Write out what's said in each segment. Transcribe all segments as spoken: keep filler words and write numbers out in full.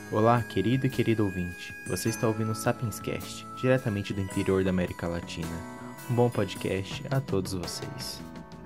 Olá, querido e querido ouvinte. Você está ouvindo o SapiensCast, diretamente do interior da América Latina. Um bom podcast a todos vocês.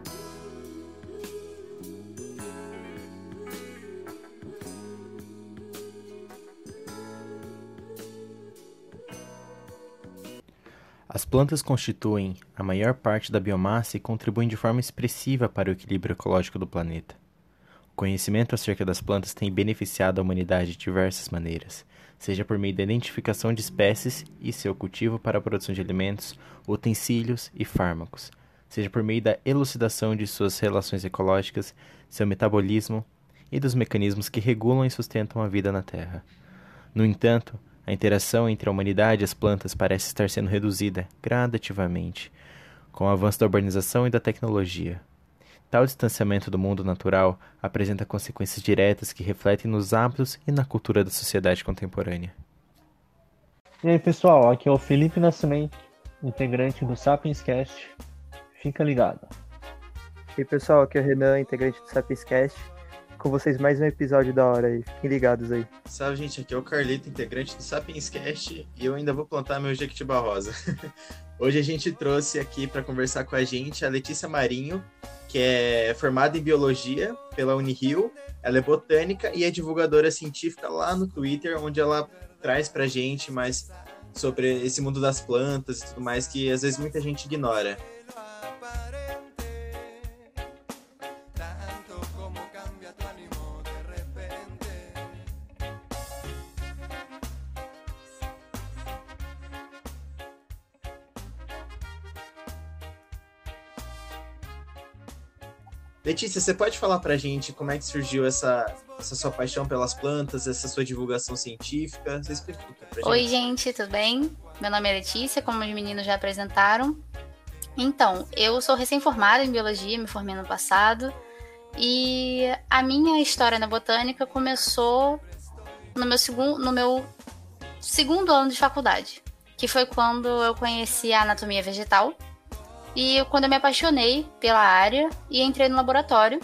As plantas constituem a maior parte da biomassa e contribuem de forma expressiva para o equilíbrio ecológico do planeta. O conhecimento acerca das plantas tem beneficiado a humanidade de diversas maneiras, seja por meio da identificação de espécies e seu cultivo para a produção de alimentos, utensílios e fármacos, seja por meio da elucidação de suas relações ecológicas, seu metabolismo e dos mecanismos que regulam e sustentam a vida na Terra. No entanto, a interação entre a humanidade e as plantas parece estar sendo reduzida gradativamente, com o avanço da urbanização e da tecnologia. Tal distanciamento do mundo natural apresenta consequências diretas que refletem nos hábitos e na cultura da sociedade contemporânea. E aí, pessoal, aqui é o Felipe Nascimento, integrante do SapiensCast. Fica ligado. E aí, pessoal, aqui é o Renan, integrante do SapiensCast. Com vocês mais um episódio da hora aí. Fiquem ligados aí. Salve, gente, aqui é o Carlito, integrante do SapiensCast, e eu ainda vou plantar meu Jequitibá Rosa. Hoje a gente trouxe aqui para conversar com a gente a Letícia Marinho, que é formada em Biologia pela Unirio, ela é botânica e é divulgadora científica lá no Twitter, onde ela traz pra gente mais sobre esse mundo das plantas e tudo mais, que às vezes muita gente ignora. Letícia, você pode falar pra gente como é que surgiu essa, essa sua paixão pelas plantas, essa sua divulgação científica? Você explica um pouquinho pra gente. Oi, gente, tudo bem? Meu nome é Letícia, como os meninos já apresentaram. Então, eu sou recém-formada em Biologia, me formei no passado. E a minha história na botânica começou no meu, segun, no meu segundo ano de faculdade, que foi quando eu conheci a anatomia vegetal. E quando eu me apaixonei pela área e entrei no laboratório.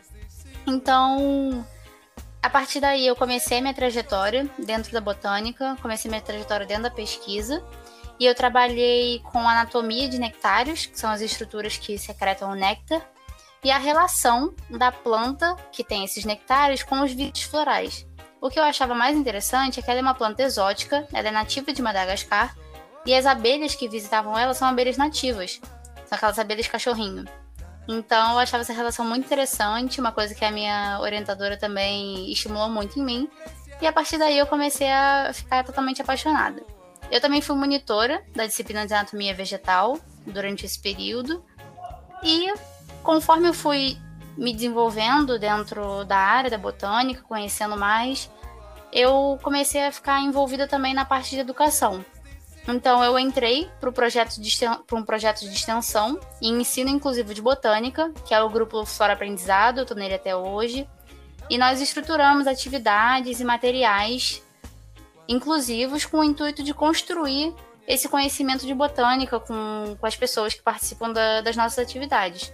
Então, a partir daí eu comecei minha trajetória dentro da botânica, comecei minha trajetória dentro da pesquisa. E eu trabalhei com anatomia de nectários, que são as estruturas que secretam o néctar, e a relação da planta que tem esses nectários com os vidros florais. O que eu achava mais interessante é que ela é uma planta exótica, ela é nativa de Madagascar, e as abelhas que visitavam ela são abelhas nativas. São aquelas abelhas cachorrinho. Então eu achava essa relação muito interessante, uma coisa que a minha orientadora também estimulou muito em mim. E a partir daí eu comecei a ficar totalmente apaixonada. Eu também fui monitora da disciplina de anatomia vegetal durante esse período. E conforme eu fui me desenvolvendo dentro da área da botânica, conhecendo mais, eu comecei a ficar envolvida também na parte de educação. Então, eu entrei para um projeto de extensão e ensino inclusivo de botânica, que é o grupo Flora Aprendizado, eu estou nele até hoje. E nós estruturamos atividades e materiais inclusivos com o intuito de construir esse conhecimento de botânica com, com as pessoas que participam da, das nossas atividades.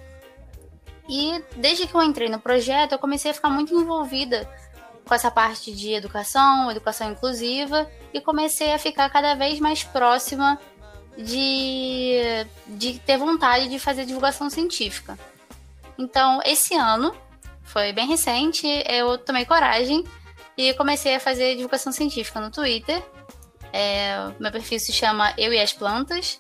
E desde que eu entrei no projeto, eu comecei a ficar muito envolvida com essa parte de educação, educação inclusiva, e comecei a ficar cada vez mais próxima de, de ter vontade de fazer divulgação científica. Então, esse ano, foi bem recente, eu tomei coragem e comecei a fazer divulgação científica no Twitter. É, meu perfil se chama Eu e as Plantas,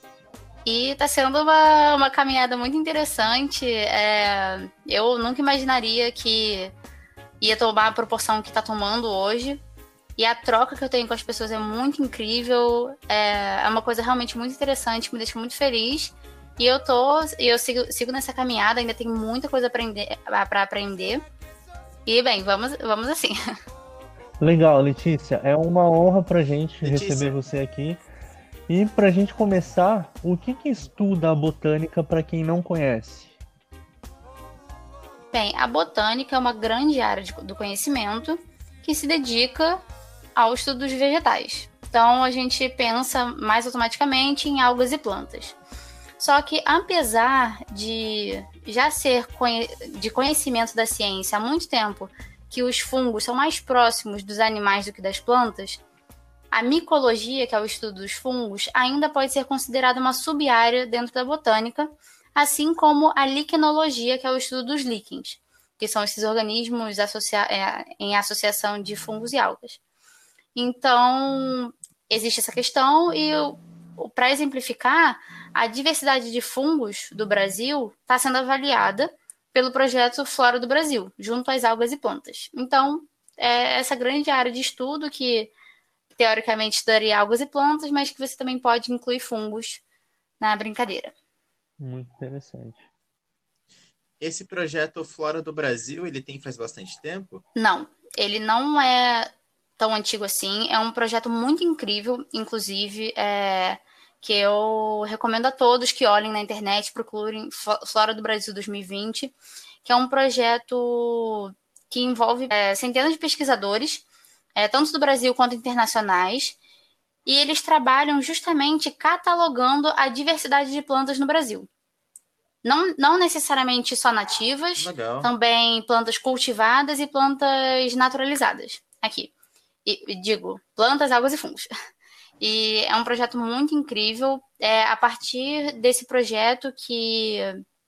e está sendo uma, uma caminhada muito interessante. É, eu nunca imaginaria que ia tomar a proporção que está tomando hoje. E a troca que eu tenho com as pessoas é muito incrível. É, é uma coisa realmente muito interessante, me deixa muito feliz. E eu tô, eu sigo, sigo nessa caminhada, ainda tem muita coisa para aprender. E bem, vamos, vamos assim. Legal, Letícia. É uma honra pra gente Letícia. receber você aqui. E pra gente começar, o que que estuda a botânica para quem não conhece? Bem, a botânica é uma grande área de, do conhecimento que se dedica ao estudo dos vegetais. Então, a gente pensa mais automaticamente em algas e plantas. Só que, apesar de já ser conhe- de conhecimento da ciência há muito tempo que os fungos são mais próximos dos animais do que das plantas, a micologia, que é o estudo dos fungos, ainda pode ser considerada uma sub-área dentro da botânica, assim como a liquenologia, que é o estudo dos líquens, que são esses organismos associa- é, em associação de fungos e algas. Então, existe essa questão e, para exemplificar, a diversidade de fungos do Brasil está sendo avaliada pelo projeto Flora do Brasil, junto às algas e plantas. Então, é essa grande área de estudo que, teoricamente, estudaria algas e plantas, mas que você também pode incluir fungos na brincadeira. Muito interessante. Esse projeto Flora do Brasil, ele tem faz bastante tempo? Não, ele não é tão antigo assim. É um projeto muito incrível, inclusive, é, que eu recomendo a todos que olhem na internet, procurem Flora do Brasil dois mil e vinte, que é um projeto que envolve é, centenas de pesquisadores, é, tanto do Brasil quanto internacionais, e eles trabalham justamente catalogando a diversidade de plantas no Brasil. Não, não necessariamente só nativas, Legal. também plantas cultivadas e plantas naturalizadas. Aqui. E, e digo, plantas, algas e fungos. E é um projeto muito incrível. É a partir desse projeto que,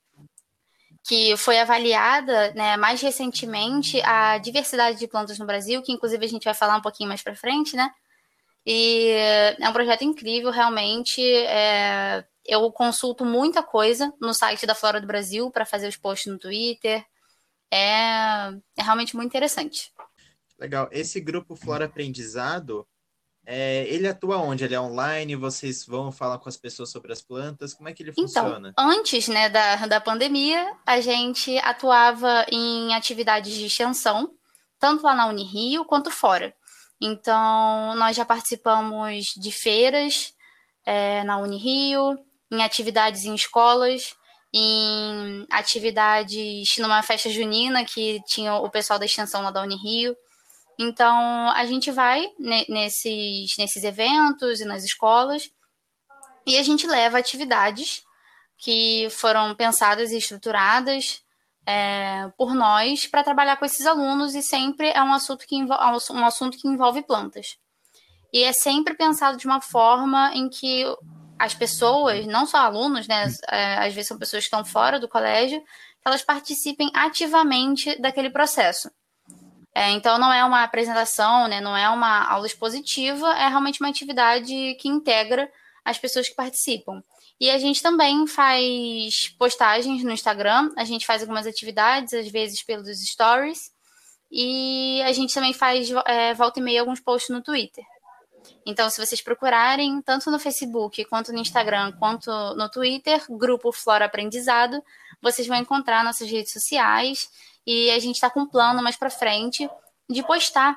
que foi avaliada, né, mais recentemente a diversidade de plantas no Brasil, que inclusive a gente vai falar um pouquinho mais para frente, né? E é um projeto incrível, realmente. É, eu consulto muita coisa no site da Flora do Brasil para fazer os posts no Twitter. É, é realmente muito interessante. Legal. Esse grupo Flora Aprendizado, é, ele atua onde? Ele é online? Vocês vão falar com as pessoas sobre as plantas? Como é que ele funciona? Então, antes, né, da, da pandemia, a gente atuava em atividades de extensão, tanto lá na Unirio quanto fora. Então, nós já participamos de feiras é, na Unirio, em atividades em escolas, em atividades numa festa junina que tinha o pessoal da extensão lá da Unirio. Então, a gente vai nesses, nesses eventos e nas escolas e a gente leva atividades que foram pensadas e estruturadas é, por nós para trabalhar com esses alunos, e sempre é um assunto, que envolve, um assunto que envolve plantas. E é sempre pensado de uma forma em que as pessoas, não só alunos, né, às vezes são pessoas que estão fora do colégio, que elas participem ativamente daquele processo. É, então, não é uma apresentação, né, não é uma aula expositiva, é realmente uma atividade que integra as pessoas que participam. E a gente também faz postagens no Instagram, a gente faz algumas atividades, às vezes pelos stories, e a gente também faz, é, volta e meia, alguns posts no Twitter. Então, se vocês procurarem, tanto no Facebook, quanto no Instagram, quanto no Twitter, Grupo Flora Aprendizado, vocês vão encontrar nossas redes sociais, e a gente está com um plano mais para frente de postar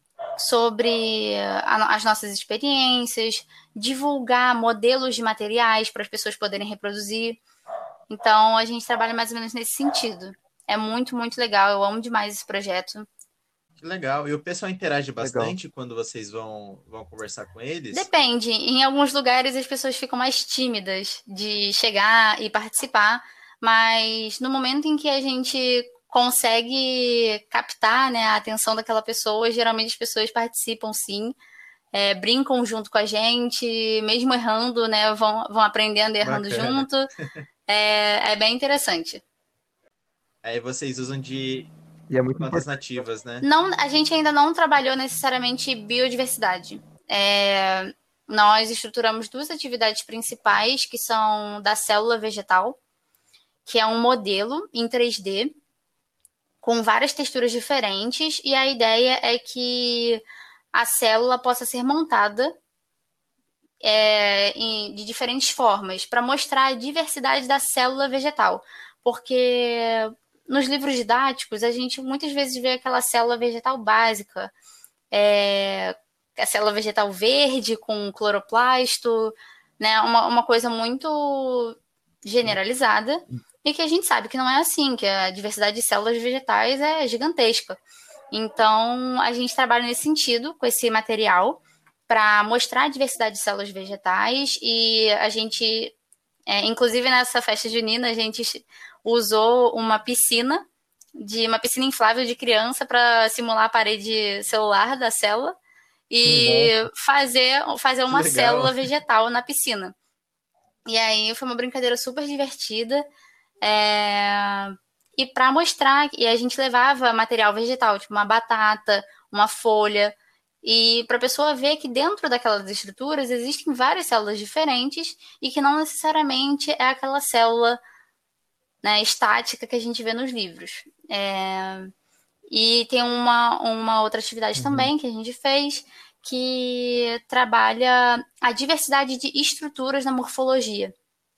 sobre a, as nossas experiências, divulgar modelos de materiais para as pessoas poderem reproduzir. Então, a gente trabalha mais ou menos nesse sentido. É muito, muito legal. Eu amo demais esse projeto. Que legal. E o pessoal interage bastante legal. Quando vocês vão, vão conversar com eles? Depende. Em alguns lugares as pessoas ficam mais tímidas de chegar e participar, mas no momento em que a gente consegue captar, né, a atenção daquela pessoa, geralmente as pessoas participam sim, é, brincam junto com a gente, mesmo errando, né, vão, vão aprendendo e errando Bacana. junto. É, é bem interessante. Aí vocês usam de e é muito plantas nativas, né? Não, a gente ainda não trabalhou necessariamente biodiversidade. É, nós estruturamos duas atividades principais, que são da célula vegetal, que é um modelo em três D, com várias texturas diferentes, e a ideia é que a célula possa ser montada é, em, de diferentes formas, para mostrar a diversidade da célula vegetal. Porque nos livros didáticos, a gente muitas vezes vê aquela célula vegetal básica, é, a célula vegetal verde com cloroplasto, né, uma, uma coisa muito generalizada, e que a gente sabe que não é assim, que a diversidade de células vegetais é gigantesca. Então, a gente trabalha nesse sentido, com esse material, para mostrar a diversidade de células vegetais, e a gente, é, inclusive nessa festa junina, a gente usou uma piscina de uma piscina inflável de criança para simular a parede celular da célula e Legal. fazer, fazer uma Legal. célula vegetal na piscina. E aí foi uma brincadeira super divertida. É... E para mostrar, e a gente levava material vegetal, tipo uma batata, uma folha, e para a pessoa ver que dentro daquelas estruturas existem várias células diferentes e que não necessariamente é aquela célula, né, estática que a gente vê nos livros. É... E tem uma, uma outra atividade Uhum. também que a gente fez que trabalha a diversidade de estruturas na morfologia.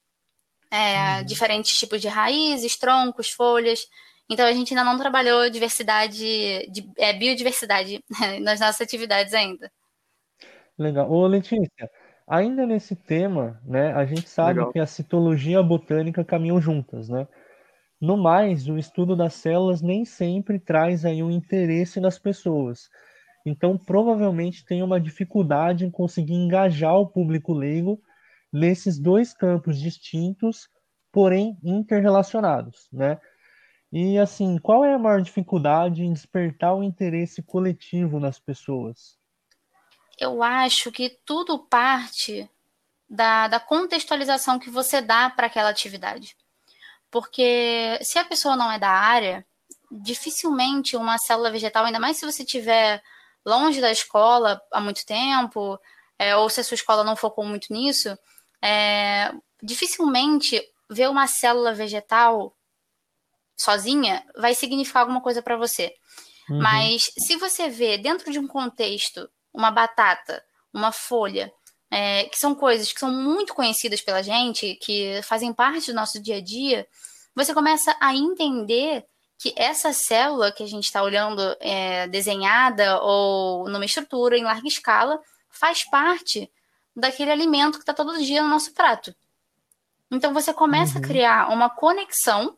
É, Uhum. Diferentes tipos de raízes, troncos, folhas. Então a gente ainda não trabalhou diversidade, de, é, biodiversidade nas nossas atividades ainda. Legal. Ô, Letícia, ainda nesse tema, né, a gente sabe Legal. que a citologia e a botânica caminham juntas, né? No mais, o estudo das células nem sempre traz aí um interesse nas pessoas. Então, provavelmente tem uma dificuldade em conseguir engajar o público leigo nesses dois campos distintos, porém interrelacionados, né? E assim, qual é a maior dificuldade em despertar o interesse coletivo nas pessoas? Eu acho que tudo parte da, da contextualização que você dá para aquela atividade. Porque se a pessoa não é da área, dificilmente uma célula vegetal, ainda mais se você estiver longe da escola há muito tempo, é, ou se a sua escola não focou muito nisso, é, dificilmente ver uma célula vegetal sozinha vai significar alguma coisa para você. Uhum. Mas se você vê dentro de um contexto uma batata, uma folha, é, que são coisas que são muito conhecidas pela gente, que fazem parte do nosso dia a dia, você começa a entender que essa célula que a gente está olhando é, desenhada ou numa estrutura em larga escala faz parte daquele alimento que está todo dia no nosso prato. Então você começa Uhum. a criar uma conexão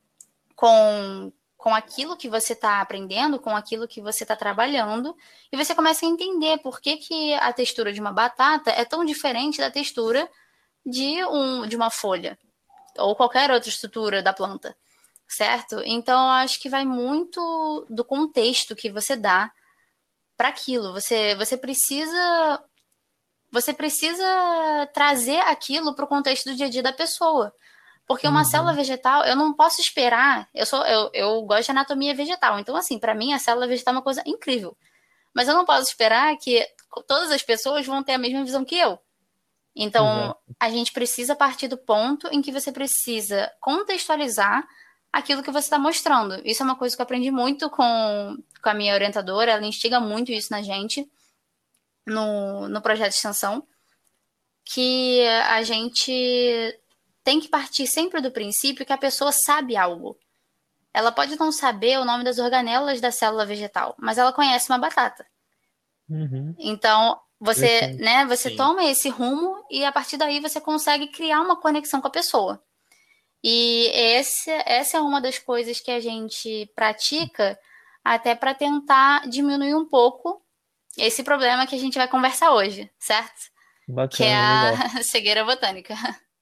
com, com aquilo que você está aprendendo, com aquilo que você está trabalhando, e você começa a entender por que, que a textura de uma batata é tão diferente da textura de, um, de uma folha, ou qualquer outra estrutura da planta, certo? Então, eu acho que vai muito do contexto que você dá para aquilo. Você, você precisa... Você precisa trazer aquilo para o contexto do dia a dia da pessoa. Porque uma Uhum. célula vegetal, eu não posso esperar. Eu sou, eu, eu gosto de anatomia vegetal. Então, assim, para mim, a célula vegetal é uma coisa incrível. Mas eu não posso esperar que todas as pessoas vão ter a mesma visão que eu. Então, Exato. a gente precisa partir do ponto em que você precisa contextualizar aquilo que você está mostrando. Isso é uma coisa que eu aprendi muito com, com a minha orientadora. Ela instiga muito isso na gente, no, no projeto de extensão, que a gente tem que partir sempre do princípio que a pessoa sabe algo. Ela pode não saber o nome das organelas da célula vegetal, mas ela conhece uma batata. Uhum. Então, você, Perfeito. né, você Sim. toma esse rumo e a partir daí você consegue criar uma conexão com a pessoa. E esse, essa é uma das coisas que a gente pratica até para tentar diminuir um pouco esse problema que a gente vai conversar hoje, certo? Que é Bacana, legal. a cegueira botânica.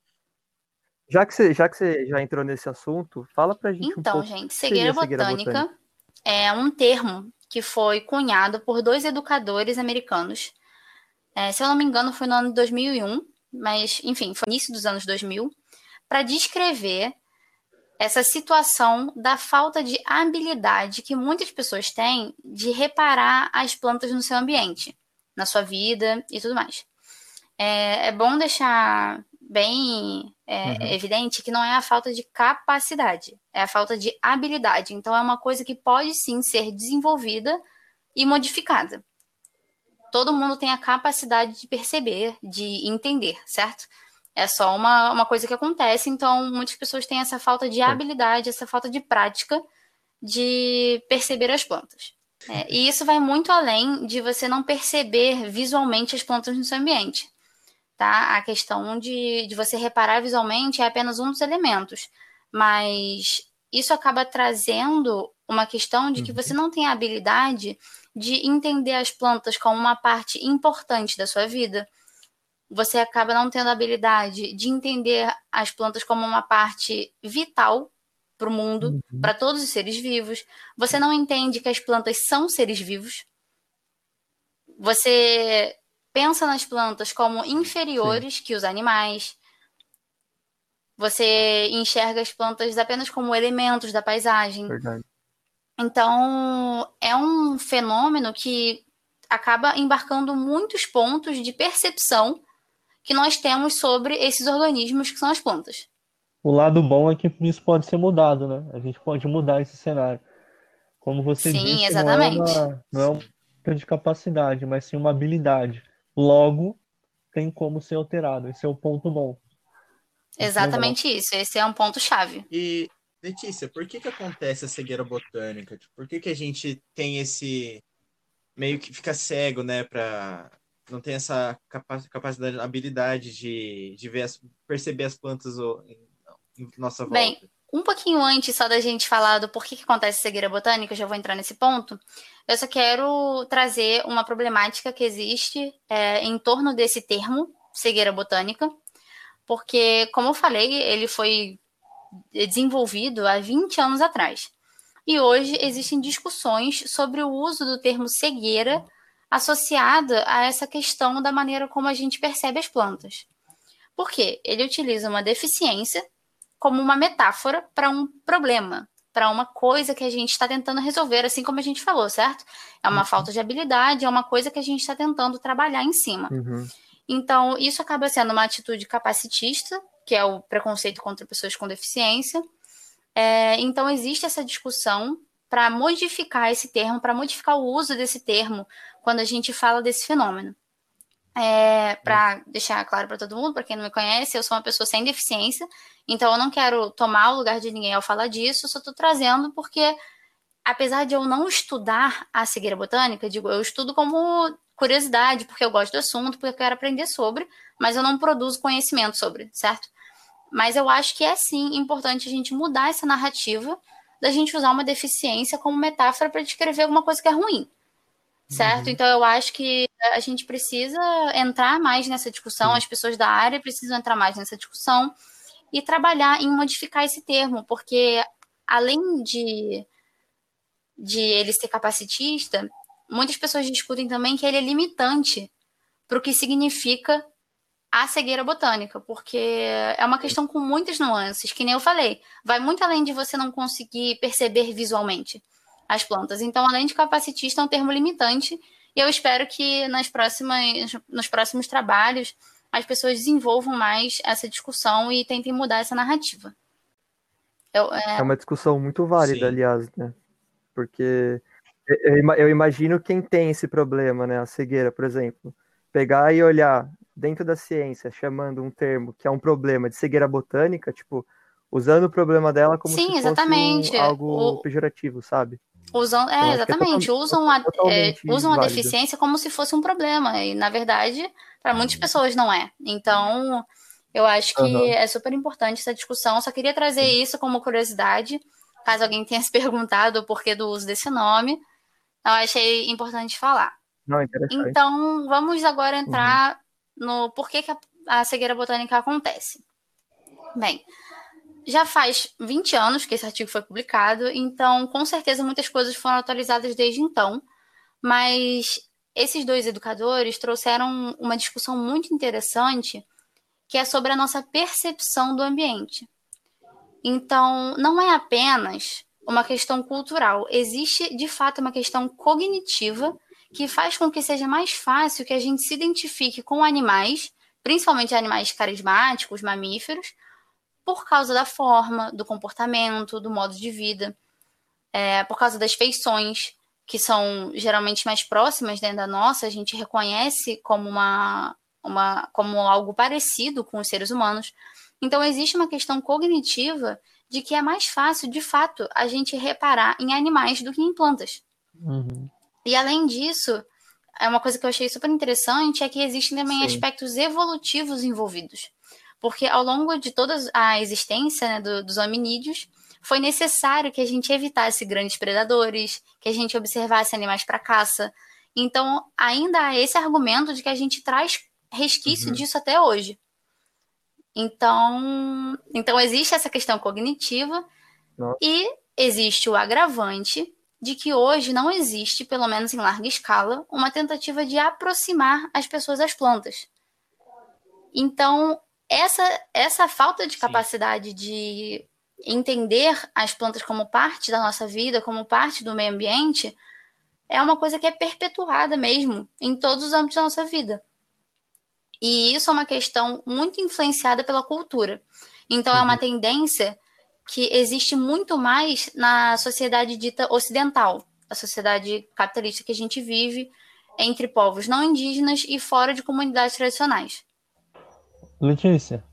Já que você já, que você já entrou nesse assunto, fala pra gente um Então, pouco gente, o que seria cegueira cegueira botânica botânica. é um termo que foi cunhado por dois educadores americanos. É, se eu não me engano, foi no ano de dois mil e um, mas, enfim, foi no início dos anos dois mil, para descrever essa situação da falta de habilidade que muitas pessoas têm de reparar as plantas no seu ambiente, na sua vida e tudo mais. É, é bom deixar bem é, Uhum. evidente que não é a falta de capacidade, é a falta de habilidade. Então, é uma coisa que pode sim ser desenvolvida e modificada. Todo mundo tem a capacidade de perceber, de entender, certo? É só uma, uma coisa que acontece, então muitas pessoas têm essa falta de habilidade, essa falta de prática de perceber as plantas. É, e isso vai muito além de você não perceber visualmente as plantas no seu ambiente. Tá? A questão de, de você reparar visualmente é apenas um dos elementos, mas isso acaba trazendo uma questão de que você não tem a habilidade de entender as plantas como uma parte importante da sua vida. Você acaba não tendo a habilidade de entender as plantas como uma parte vital para o mundo, Uhum. para todos os seres vivos. Você não entende que as plantas são seres vivos. Você pensa nas plantas como inferiores Sim. que os animais. Você enxerga as plantas apenas como elementos da paisagem. Verdade. Então, é um fenômeno que acaba embarcando muitos pontos de percepção que nós temos sobre esses organismos que são as plantas. O lado bom é que isso pode ser mudado, né? A gente pode mudar esse cenário. Como você Sim, disse, não é exatamente. uma, não é uma questão de capacidade, mas sim uma habilidade. Logo, tem como ser alterado. Esse é o ponto bom. Exatamente isso. Esse é um ponto-chave. E, Letícia, por que que acontece a cegueira botânica? Por que que a gente tem esse... meio que fica cego, né? Pra... não tem essa capa- capacidade, habilidade de, de ver as, perceber as plantas em, em nossa volta? Bem, um pouquinho antes só da gente falar do porquê que acontece cegueira botânica, eu já vou entrar nesse ponto, eu só quero trazer uma problemática que existe é, em torno desse termo, cegueira botânica, porque, como eu falei, ele foi desenvolvido há vinte anos atrás. E hoje existem discussões sobre o uso do termo cegueira associada a essa questão da maneira como a gente percebe as plantas. Por quê? Ele utiliza uma deficiência como uma metáfora para um problema, para uma coisa que a gente está tentando resolver, assim como a gente falou, certo? É uma uhum. falta de habilidade, é uma coisa que a gente está tentando trabalhar em cima. Uhum. Então, isso acaba sendo uma atitude capacitista, que é o preconceito contra pessoas com deficiência. É, então, existe essa discussão para modificar esse termo, para modificar o uso desse termo quando a gente fala desse fenômeno. É, para deixar claro para todo mundo, para quem não me conhece, eu sou uma pessoa sem deficiência, então eu não quero tomar o lugar de ninguém ao falar disso, só estou trazendo porque, apesar de eu não estudar a cegueira botânica, digo, eu estudo como curiosidade, porque eu gosto do assunto, porque eu quero aprender sobre, mas eu não produzo conhecimento sobre, certo? Mas eu acho que é sim importante a gente mudar essa narrativa da gente usar uma deficiência como metáfora para descrever alguma coisa que é ruim. Certo? Uhum. Então, eu acho que a gente precisa entrar mais nessa discussão, Sim. as pessoas da área precisam entrar mais nessa discussão e trabalhar em modificar esse termo, porque além de, de ele ser capacitista, muitas pessoas discutem também que ele é limitante para o que significa a cegueira botânica, porque é uma questão com muitas nuances, que nem eu falei, vai muito além de você não conseguir perceber visualmente as plantas. Então, além de capacitista, é um termo limitante, e eu espero que nas próximas, nos próximos trabalhos as pessoas desenvolvam mais essa discussão e tentem mudar essa narrativa. Eu, é... é uma discussão muito válida, Sim. aliás, né? Porque eu, eu imagino quem tem esse problema, né? A cegueira, por exemplo. Pegar e olhar dentro da ciência, chamando um termo que é um problema de cegueira botânica, tipo, usando o problema dela como Sim, se exatamente. fosse um, algo o... pejorativo, sabe? Usam, é, então, exatamente, é usam, a, é, usam a válido. deficiência como se fosse um problema, e na verdade, para muitas pessoas não é. Então, eu acho que uhum. é super importante essa discussão, só queria trazer Sim. isso como curiosidade, caso alguém tenha se perguntado o porquê do uso desse nome, eu achei importante falar. Não, interessante. Então, vamos agora entrar uhum. no porquê que a, a cegueira botânica acontece. Bem, já faz vinte anos que esse artigo foi publicado, então com certeza muitas coisas foram atualizadas desde então, mas esses dois educadores trouxeram uma discussão muito interessante que é sobre a nossa percepção do ambiente. Então, não é apenas uma questão cultural, existe de fato uma questão cognitiva que faz com que seja mais fácil que a gente se identifique com animais, principalmente animais carismáticos, mamíferos, por causa da forma, do comportamento, do modo de vida, é, por causa das feições, que são geralmente mais próximas dentro da nossa, a gente reconhece como, uma, uma, como algo parecido com os seres humanos. Então, existe uma questão cognitiva de que é mais fácil, de fato, a gente reparar em animais do que em plantas. Uhum. E, além disso, é uma coisa que eu achei super interessante, é que existem também Sim. aspectos evolutivos envolvidos. Porque ao longo de toda a existência, né, do, dos hominídeos, foi necessário que a gente evitasse grandes predadores, que a gente observasse animais para caça. Então, ainda há esse argumento de que a gente traz resquício uhum. disso até hoje. Então, então, existe essa questão cognitiva Nossa. E existe o agravante de que hoje não existe, pelo menos em larga escala, uma tentativa de aproximar as pessoas às plantas. Então, essa, essa falta de Sim. capacidade de entender as plantas como parte da nossa vida, como parte do meio ambiente, é uma coisa que é perpetuada mesmo em todos os âmbitos da nossa vida. E isso é uma questão muito influenciada pela cultura. Então, Uhum. é uma tendência que existe muito mais na sociedade dita ocidental, a sociedade capitalista que a gente vive entre povos não indígenas e fora de comunidades tradicionais. Letícia,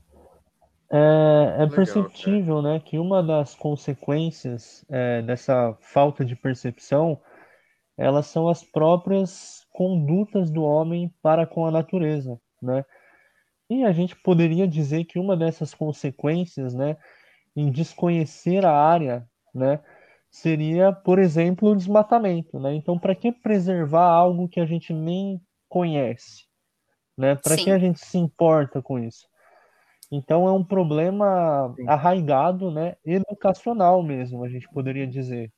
é, é Legal, perceptível, né, que uma das consequências é, dessa falta de percepção, elas são as próprias condutas do homem para com a natureza, né? E a gente poderia dizer que uma dessas consequências, né, em desconhecer a área, né, seria, por exemplo, o desmatamento, né? Então, para que preservar algo que a gente nem conhece, né? Para que Sim. a gente se importa com isso? Então, é um problema Sim. arraigado, né, educacional mesmo, a gente poderia dizer.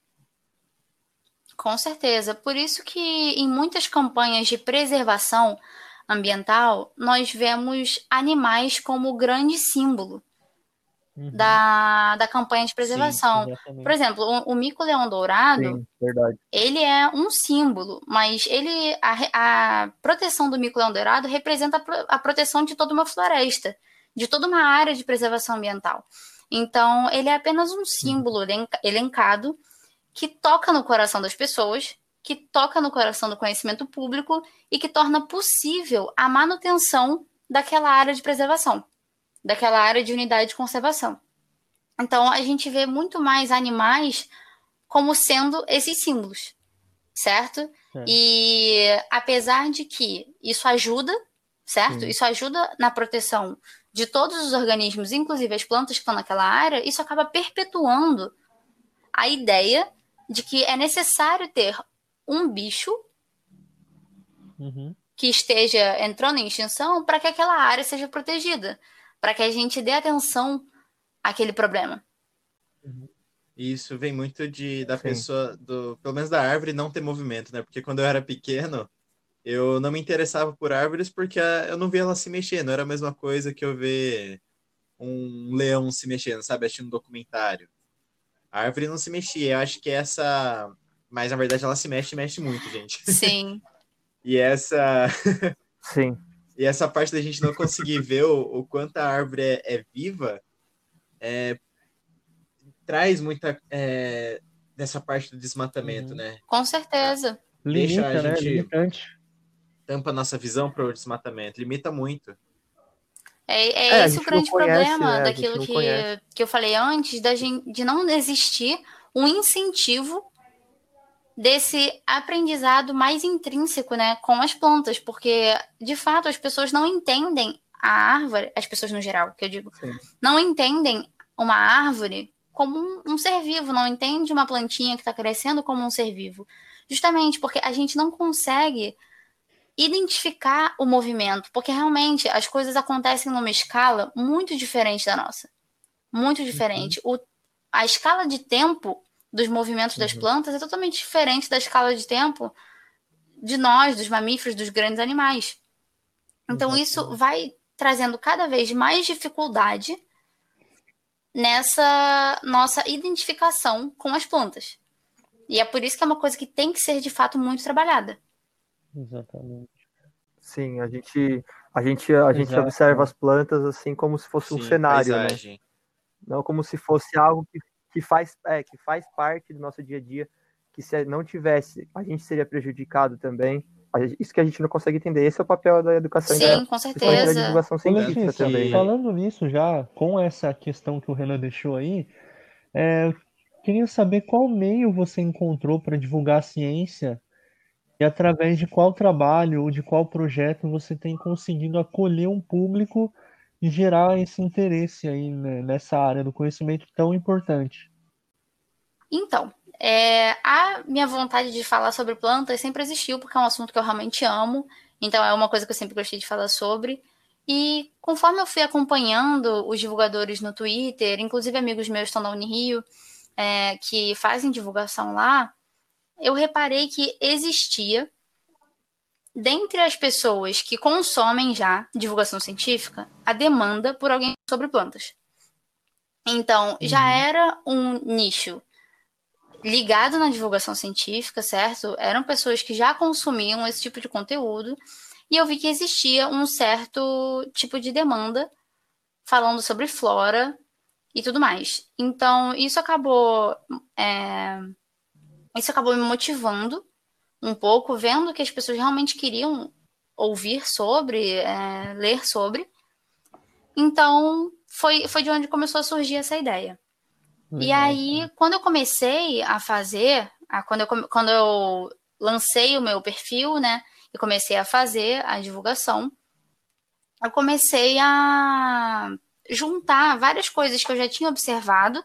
Com certeza. Por isso que em muitas campanhas de preservação ambiental, nós vemos animais como grande símbolo Uhum, da, da campanha de preservação. exatamente. Por exemplo, o, o mico-leão dourado, Sim, verdade. ele é um símbolo, mas ele a, a proteção do mico-leão dourado representa a, pro- a proteção de toda uma floresta, de toda uma área de preservação ambiental. Então, ele é apenas um símbolo elenca- elencado que toca no coração das pessoas, que toca no coração do conhecimento público e que torna possível a manutenção daquela área de preservação, daquela área de unidade de conservação. Então, a gente vê muito mais animais como sendo esses símbolos, certo? É. E apesar de que isso ajuda, certo? Sim. Isso ajuda na proteção de todos os organismos, inclusive as plantas que estão naquela área, isso acaba perpetuando a ideia de que é necessário ter um bicho Uhum. que esteja entrando em extinção para que aquela área seja protegida, para que a gente dê atenção àquele problema. E isso vem muito de, da Sim. pessoa, do, pelo menos da árvore, não ter movimento, né? Porque quando eu era pequeno, eu não me interessava por árvores porque ah, eu não via ela se mexer. Não era a mesma coisa que eu ver um leão se mexendo, sabe? Assistindo um documentário. A árvore não se mexia. Eu acho que essa... Mas, na verdade, ela se mexe e mexe muito, gente. Sim, E essa... Sim. E essa parte da gente não conseguir ver o, o quanto a árvore é, é viva, é, traz muita é, dessa parte do desmatamento, Uhum. né? com certeza. Deixa a Limita, né? gente Limitante. tampa a nossa visão para o desmatamento, limita muito. É, é, É, a esse o gente não grande conhece, problema né? A daquilo gente não que, conhece. que eu falei antes, da gente, de não existir um incentivo desse aprendizado mais intrínseco, né, com as plantas, porque de fato as pessoas não entendem a árvore, as pessoas no geral, que eu digo, Sim. não entendem uma árvore como um, um ser vivo, não entende uma plantinha que está crescendo como um ser vivo, justamente porque a gente não consegue identificar o movimento, porque realmente as coisas acontecem numa escala muito diferente da nossa, muito diferente. O, a escala de tempo dos movimentos das Uhum. plantas é totalmente diferente da escala de tempo de nós, dos mamíferos, dos grandes animais. Então isso Exatamente. vai trazendo cada vez mais dificuldade nessa nossa identificação com as plantas. E é por isso que é uma coisa que tem que ser de fato muito trabalhada. Exatamente. Sim, a gente, a gente, a gente Exato. observa as plantas assim como se fosse um Sim, cenário, né? paisagem. Não como se fosse algo que, que, faz, é, que faz parte do nosso dia a dia, que se não tivesse, a gente seria prejudicado também. A gente- Isso que a gente não consegue entender. Esse é o papel da educação, e da, Sim, com principalmente da certeza. divulgação Ô, científica Letícia, também, né? falando nisso já, com essa questão que o Renan deixou aí, é, eu queria saber qual meio você encontrou para divulgar a ciência e através de qual trabalho ou de qual projeto você tem conseguido acolher um público e gerar esse interesse aí, né, nessa área do conhecimento tão importante. Então, é, a minha vontade de falar sobre plantas sempre existiu, porque é um assunto que eu realmente amo. Então, é uma coisa que eu sempre gostei de falar sobre. E conforme eu fui acompanhando os divulgadores no Twitter, inclusive amigos meus estão na Unirio, é, que fazem divulgação lá, eu reparei que existia, dentre as pessoas que consomem já divulgação científica, a demanda por alguém sobre plantas. Então, já Uhum. era um nicho ligado na divulgação científica, certo? Eram pessoas que já consumiam esse tipo de conteúdo, e eu vi que existia um certo tipo de demanda falando sobre flora e tudo mais. Então, isso acabou, é, isso acabou me motivando um pouco, vendo que as pessoas realmente queriam ouvir sobre, é, ler sobre. Então, foi, foi de onde começou a surgir essa ideia. Legal, E aí, cara. quando eu comecei a fazer, a, quando, eu, quando eu lancei o meu perfil, né, e comecei a fazer a divulgação, eu comecei a juntar várias coisas que eu já tinha observado,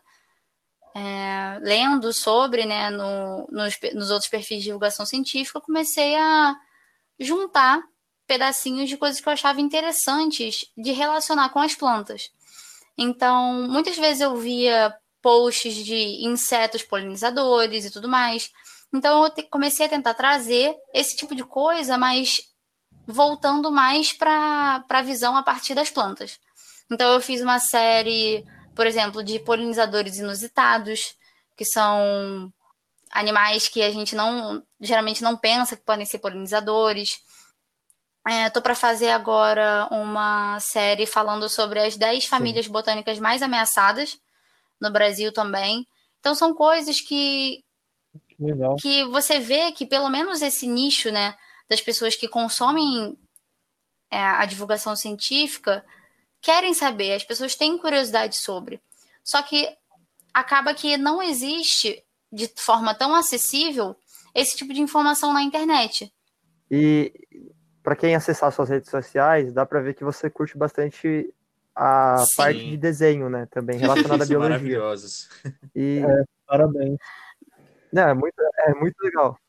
é, lendo sobre, né, no, nos, nos outros perfis de divulgação científica, eu comecei a juntar pedacinhos de coisas que eu achava interessantes de relacionar com as plantas. Então, muitas vezes eu via posts de insetos polinizadores e tudo mais. Então, eu te, comecei a tentar trazer esse tipo de coisa, mas voltando mais para a visão a partir das plantas. Então, eu fiz uma série, por exemplo, de polinizadores inusitados, que são animais que a gente não geralmente não pensa que podem ser polinizadores. Estou é, para fazer agora uma série falando sobre as dez famílias Sim. botânicas mais ameaçadas no Brasil também. Então, são coisas que, Legal. que você vê que, pelo menos esse nicho, né, das pessoas que consomem é, a divulgação científica, querem saber, as pessoas têm curiosidade sobre. Só que acaba que não existe, de forma tão acessível, esse tipo de informação na internet. E para quem acessar suas redes sociais, dá para ver que você curte bastante a Sim. parte de desenho, né? Também relacionada à São biologia. maravilhosos. E É, parabéns. não, é muito, é muito legal.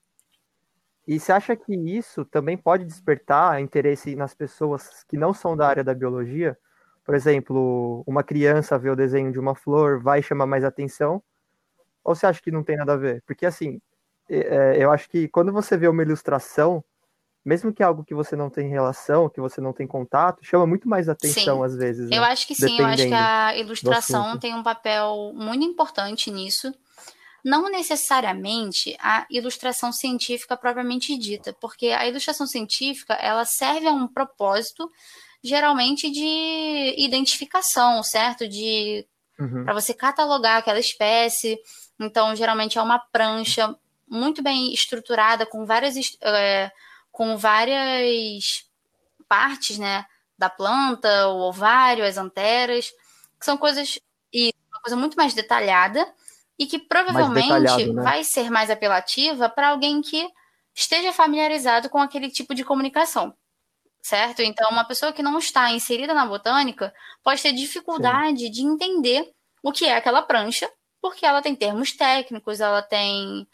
E você acha que isso também pode despertar interesse nas pessoas que não são da área da biologia? Por exemplo, uma criança vê o desenho de uma flor, vai chamar mais atenção? Ou você acha que não tem nada a ver? Porque assim, é, eu acho que quando você vê uma ilustração, mesmo que é algo que você não tem relação, que você não tem contato, chama muito mais atenção Sim. às vezes, Eu né? acho que sim, eu acho que Dependendo a do ilustração assunto. tem um papel muito importante nisso. Não necessariamente a ilustração científica propriamente dita, porque a ilustração científica ela serve a um propósito, geralmente de identificação, certo? De Uhum. para você catalogar aquela espécie. Então, geralmente é uma prancha muito bem estruturada com várias é, com várias partes, né, da planta, o ovário, as anteras, que são coisas e uma coisa muito mais detalhada e que Mais provavelmente detalhado, né? vai ser mais apelativa para alguém que esteja familiarizado com aquele tipo de comunicação, certo? Então, uma pessoa que não está inserida na botânica pode ter dificuldade Sim. de entender o que é aquela prancha, porque ela tem termos técnicos, ela tem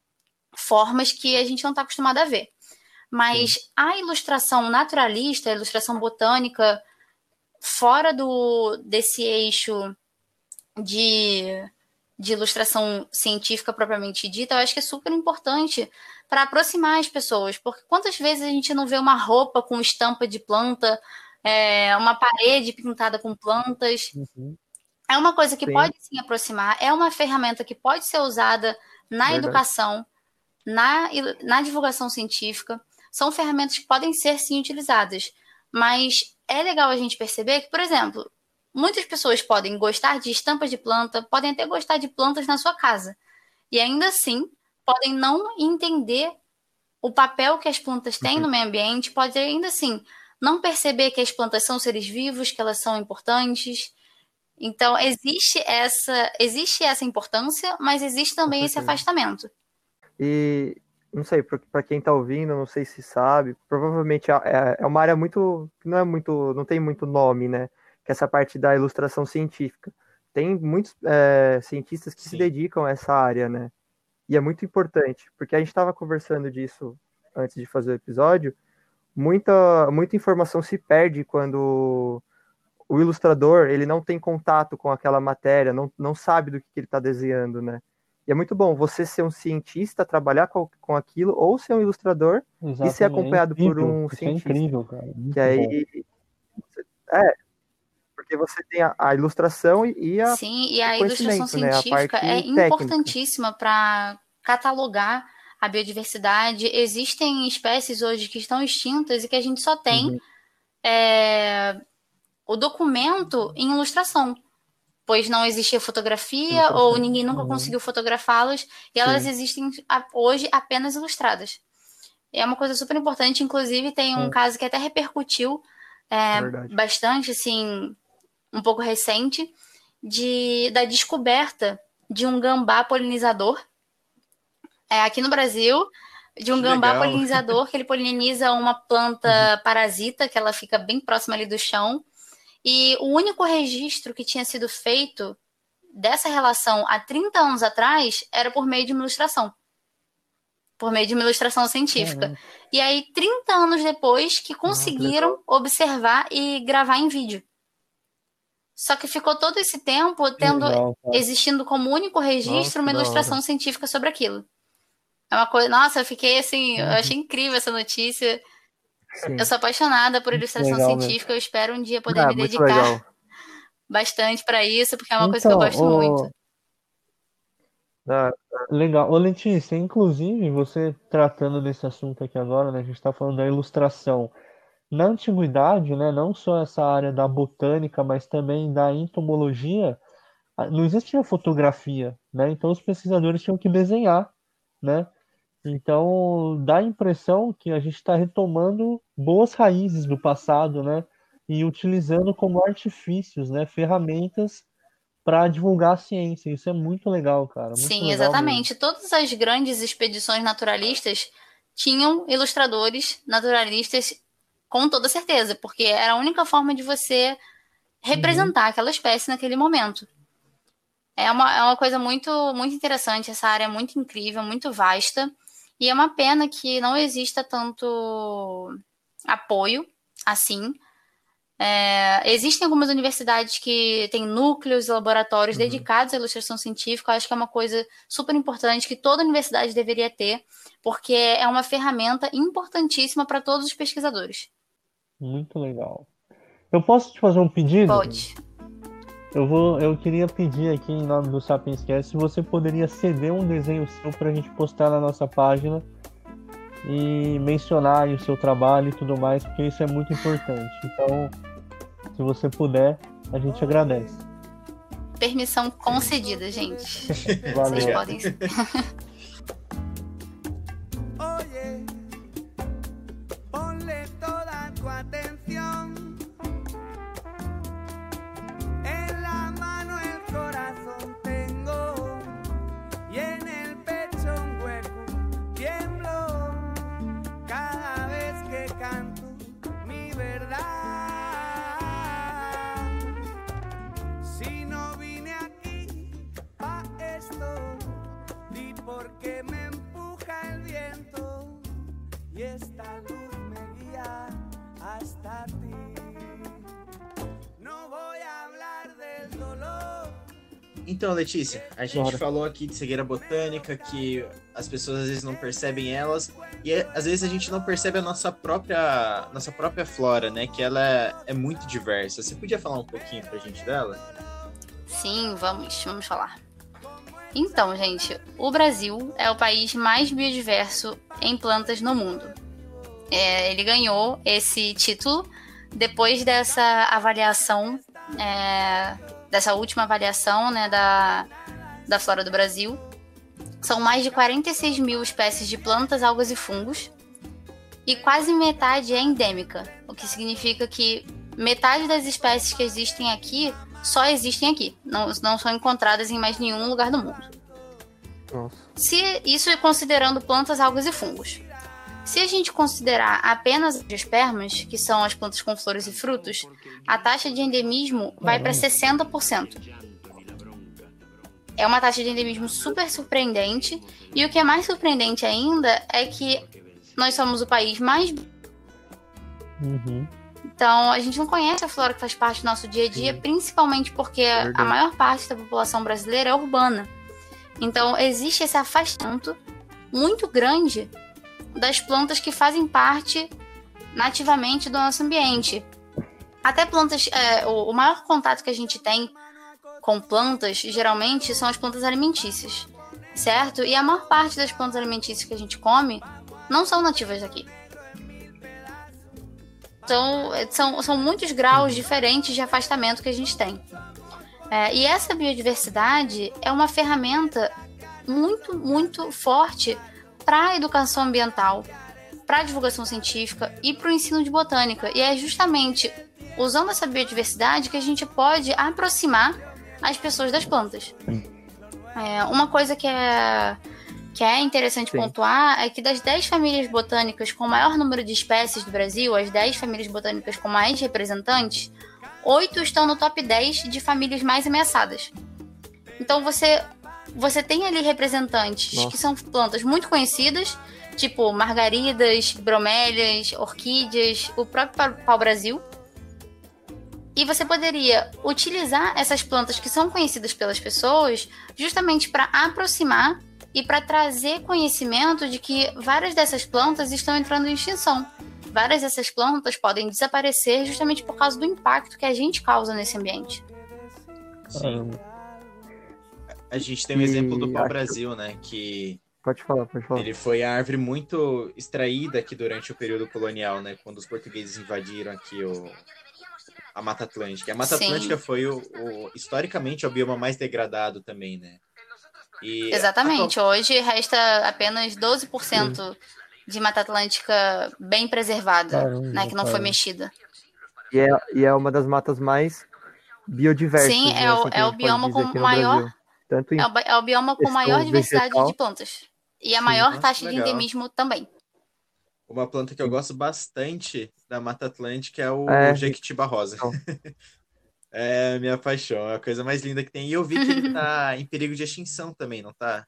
formas que a gente não está acostumado a ver. Mas Sim. a ilustração naturalista, a ilustração botânica, fora do, desse eixo de, de ilustração científica propriamente dita, eu acho que é super importante para aproximar as pessoas. Porque quantas vezes a gente não vê uma roupa com estampa de planta, é, uma parede pintada com plantas? Uhum. É uma coisa que sim. pode sim aproximar, é uma ferramenta que pode ser usada na Verdade. educação, na, na divulgação científica. São ferramentas que podem ser, sim, utilizadas. Mas é legal a gente perceber que, por exemplo, muitas pessoas podem gostar de estampas de planta, podem até gostar de plantas na sua casa. E ainda assim, podem não entender o papel que as plantas têm no meio ambiente, podem ainda assim não perceber que as plantas são seres vivos, que elas são importantes. Então, existe essa, existe essa importância, mas existe também esse afastamento. E não sei, para quem está ouvindo, não sei se sabe, provavelmente é, é uma área muito, não é muito, não tem muito nome, né? Que é essa parte da ilustração científica. Tem muitos é, cientistas que Sim. se dedicam a essa área, né? E é muito importante, porque a gente estava conversando disso antes de fazer o episódio, muita, muita informação se perde quando o ilustrador, ele não tem contato com aquela matéria, não, não sabe do que ele está desenhando, né? E é muito bom você ser um cientista, trabalhar com, com aquilo, ou ser um ilustrador Exatamente. e ser acompanhado é por um Isso cientista. É incrível, cara. Muito que aí, é, porque você tem a, a ilustração e, e a Sim, e a ilustração científica né? a é importantíssima para catalogar a biodiversidade. Existem espécies hoje que estão extintas e que a gente só tem uhum. é, o documento em ilustração, pois não existia fotografia ou ninguém nunca uhum. conseguiu fotografá-las e elas Sim. existem hoje apenas ilustradas. É uma coisa super importante, inclusive tem um é. caso que até repercutiu é, bastante, assim, um pouco recente, de, da descoberta de um gambá polinizador é, aqui no Brasil, de um que gambá legal. polinizador, que ele poliniza uma planta uhum. parasita, que ela fica bem próxima ali do chão. E o único registro que tinha sido feito dessa relação há trinta anos atrás era por meio de uma ilustração. Por meio de uma ilustração científica. Uhum. E aí, trinta anos depois, que conseguiram uhum. observar e gravar em vídeo. Só que ficou todo esse tempo tendo, legal, existindo como único registro Nossa, uma ilustração científica sobre aquilo. É uma coisa... Nossa, eu fiquei assim... Uhum. Eu achei incrível essa notícia. Sim. Eu sou apaixonada por ilustração legal, científica. Mesmo. Eu espero um dia poder ah, me dedicar legal. bastante para isso, porque é uma então, coisa que eu gosto o... muito. Ah, legal. Ô, Letícia, inclusive, você tratando desse assunto aqui agora, né? A gente está falando da ilustração. Na antiguidade, né, não só essa área da botânica, mas também da entomologia, não existia fotografia, né? Então os pesquisadores tinham que desenhar, né? Então dá a impressão que a gente está retomando boas raízes do passado, né? E utilizando como artifícios, né? Ferramentas para divulgar a ciência. Isso é muito legal, cara. Muito Sim, legal exatamente. Mesmo. Todas as grandes expedições naturalistas tinham ilustradores naturalistas com toda certeza, porque era a única forma de você representar uhum. aquela espécie naquele momento. É uma, é uma coisa muito, muito interessante, essa área é muito incrível, muito vasta, e é uma pena que não exista tanto apoio assim. É, existem algumas universidades que têm núcleos e laboratórios uhum. dedicados à ilustração científica. Eu acho que é uma coisa super importante que toda universidade deveria ter, porque é uma ferramenta importantíssima para todos os pesquisadores. Muito legal. Eu posso te fazer um pedido? Pode. Eu, vou, eu queria pedir aqui em nome do SapiensCast se você poderia ceder um desenho seu para a gente postar na nossa página e mencionar aí o seu trabalho e tudo mais, porque isso é muito importante. Então, se você puder, a gente agradece. Permissão concedida, gente. Valeu. Vocês podem... Então, Letícia, a gente Bora. falou aqui de cegueira botânica, que as pessoas às vezes não percebem elas, e às vezes a gente não percebe a nossa própria, nossa própria flora, né? Que ela é, é muito diversa. Você podia falar um pouquinho pra gente dela? Sim, vamos, vamos falar. Então, gente, o Brasil é o país mais biodiverso em plantas no mundo. É, ele ganhou esse título depois dessa avaliação... É, dessa última avaliação, né, da, da flora do Brasil. São mais de quarenta e seis mil espécies de plantas, algas e fungos, e quase metade é endêmica, o que significa que metade das espécies que existem aqui só existem aqui, não, não são encontradas em mais nenhum lugar do mundo. Nossa. Se, isso é considerando plantas, algas e fungos. Se a gente considerar apenas as angiospermas, que são as plantas com flores e frutos, a taxa de endemismo vai para sessenta por cento. É uma taxa de endemismo super surpreendente, e o que é mais surpreendente ainda é que nós somos o país mais uhum. Então, a gente não conhece a flora que faz parte do nosso dia a dia, principalmente porque é a maior parte da população brasileira é urbana. Então, existe esse afastamento muito grande das plantas que fazem parte nativamente do nosso ambiente. Até plantas, é, o, o maior contato que a gente tem com plantas, geralmente, são as plantas alimentícias, certo? E a maior parte das plantas alimentícias que a gente come não são nativas daqui. Então, são, são muitos graus diferentes de afastamento que a gente tem. É, e essa biodiversidade é uma ferramenta muito, muito forte para a educação ambiental, para a divulgação científica e para o ensino de botânica. E é justamente usando essa biodiversidade que a gente pode aproximar as pessoas das plantas. É, uma coisa que é, que é interessante Sim. pontuar é que das dez famílias botânicas com o maior número de espécies do Brasil, as dez famílias botânicas com mais representantes, oito estão no top dez de famílias mais ameaçadas. Então você, você tem ali representantes Nossa. que são plantas muito conhecidas, tipo margaridas, bromélias, orquídeas, o próprio pau-brasil. E você poderia utilizar essas plantas que são conhecidas pelas pessoas justamente para aproximar e para trazer conhecimento de que várias dessas plantas estão entrando em extinção. Várias dessas plantas podem desaparecer justamente por causa do impacto que a gente causa nesse ambiente. Sim. A gente tem um exemplo do pau-brasil, né? Que Pode falar, pode falar. Ele foi a árvore muito extraída aqui durante o período colonial, né? Quando os portugueses invadiram aqui o... a Mata Atlântica. A Mata Sim. Atlântica foi, o, o, historicamente, o bioma mais degradado também, né? E Exatamente. A... Hoje resta apenas doze por cento Sim. de Mata Atlântica bem preservada, Caramba, né? Que não foi mexida. E é, e é uma das matas mais biodiversas. Sim, né? é, o, assim, é o bioma com maior... Tanto é, o, é o bioma com maior diversidade vegetal. de plantas. E a Sim. maior Nossa, taxa legal. de endemismo também. Uma planta que eu gosto bastante da Mata Atlântica é o é, Jequitibá rosa. É a minha paixão, é a coisa mais linda que tem. E eu vi que ele tá em perigo de extinção também, não tá?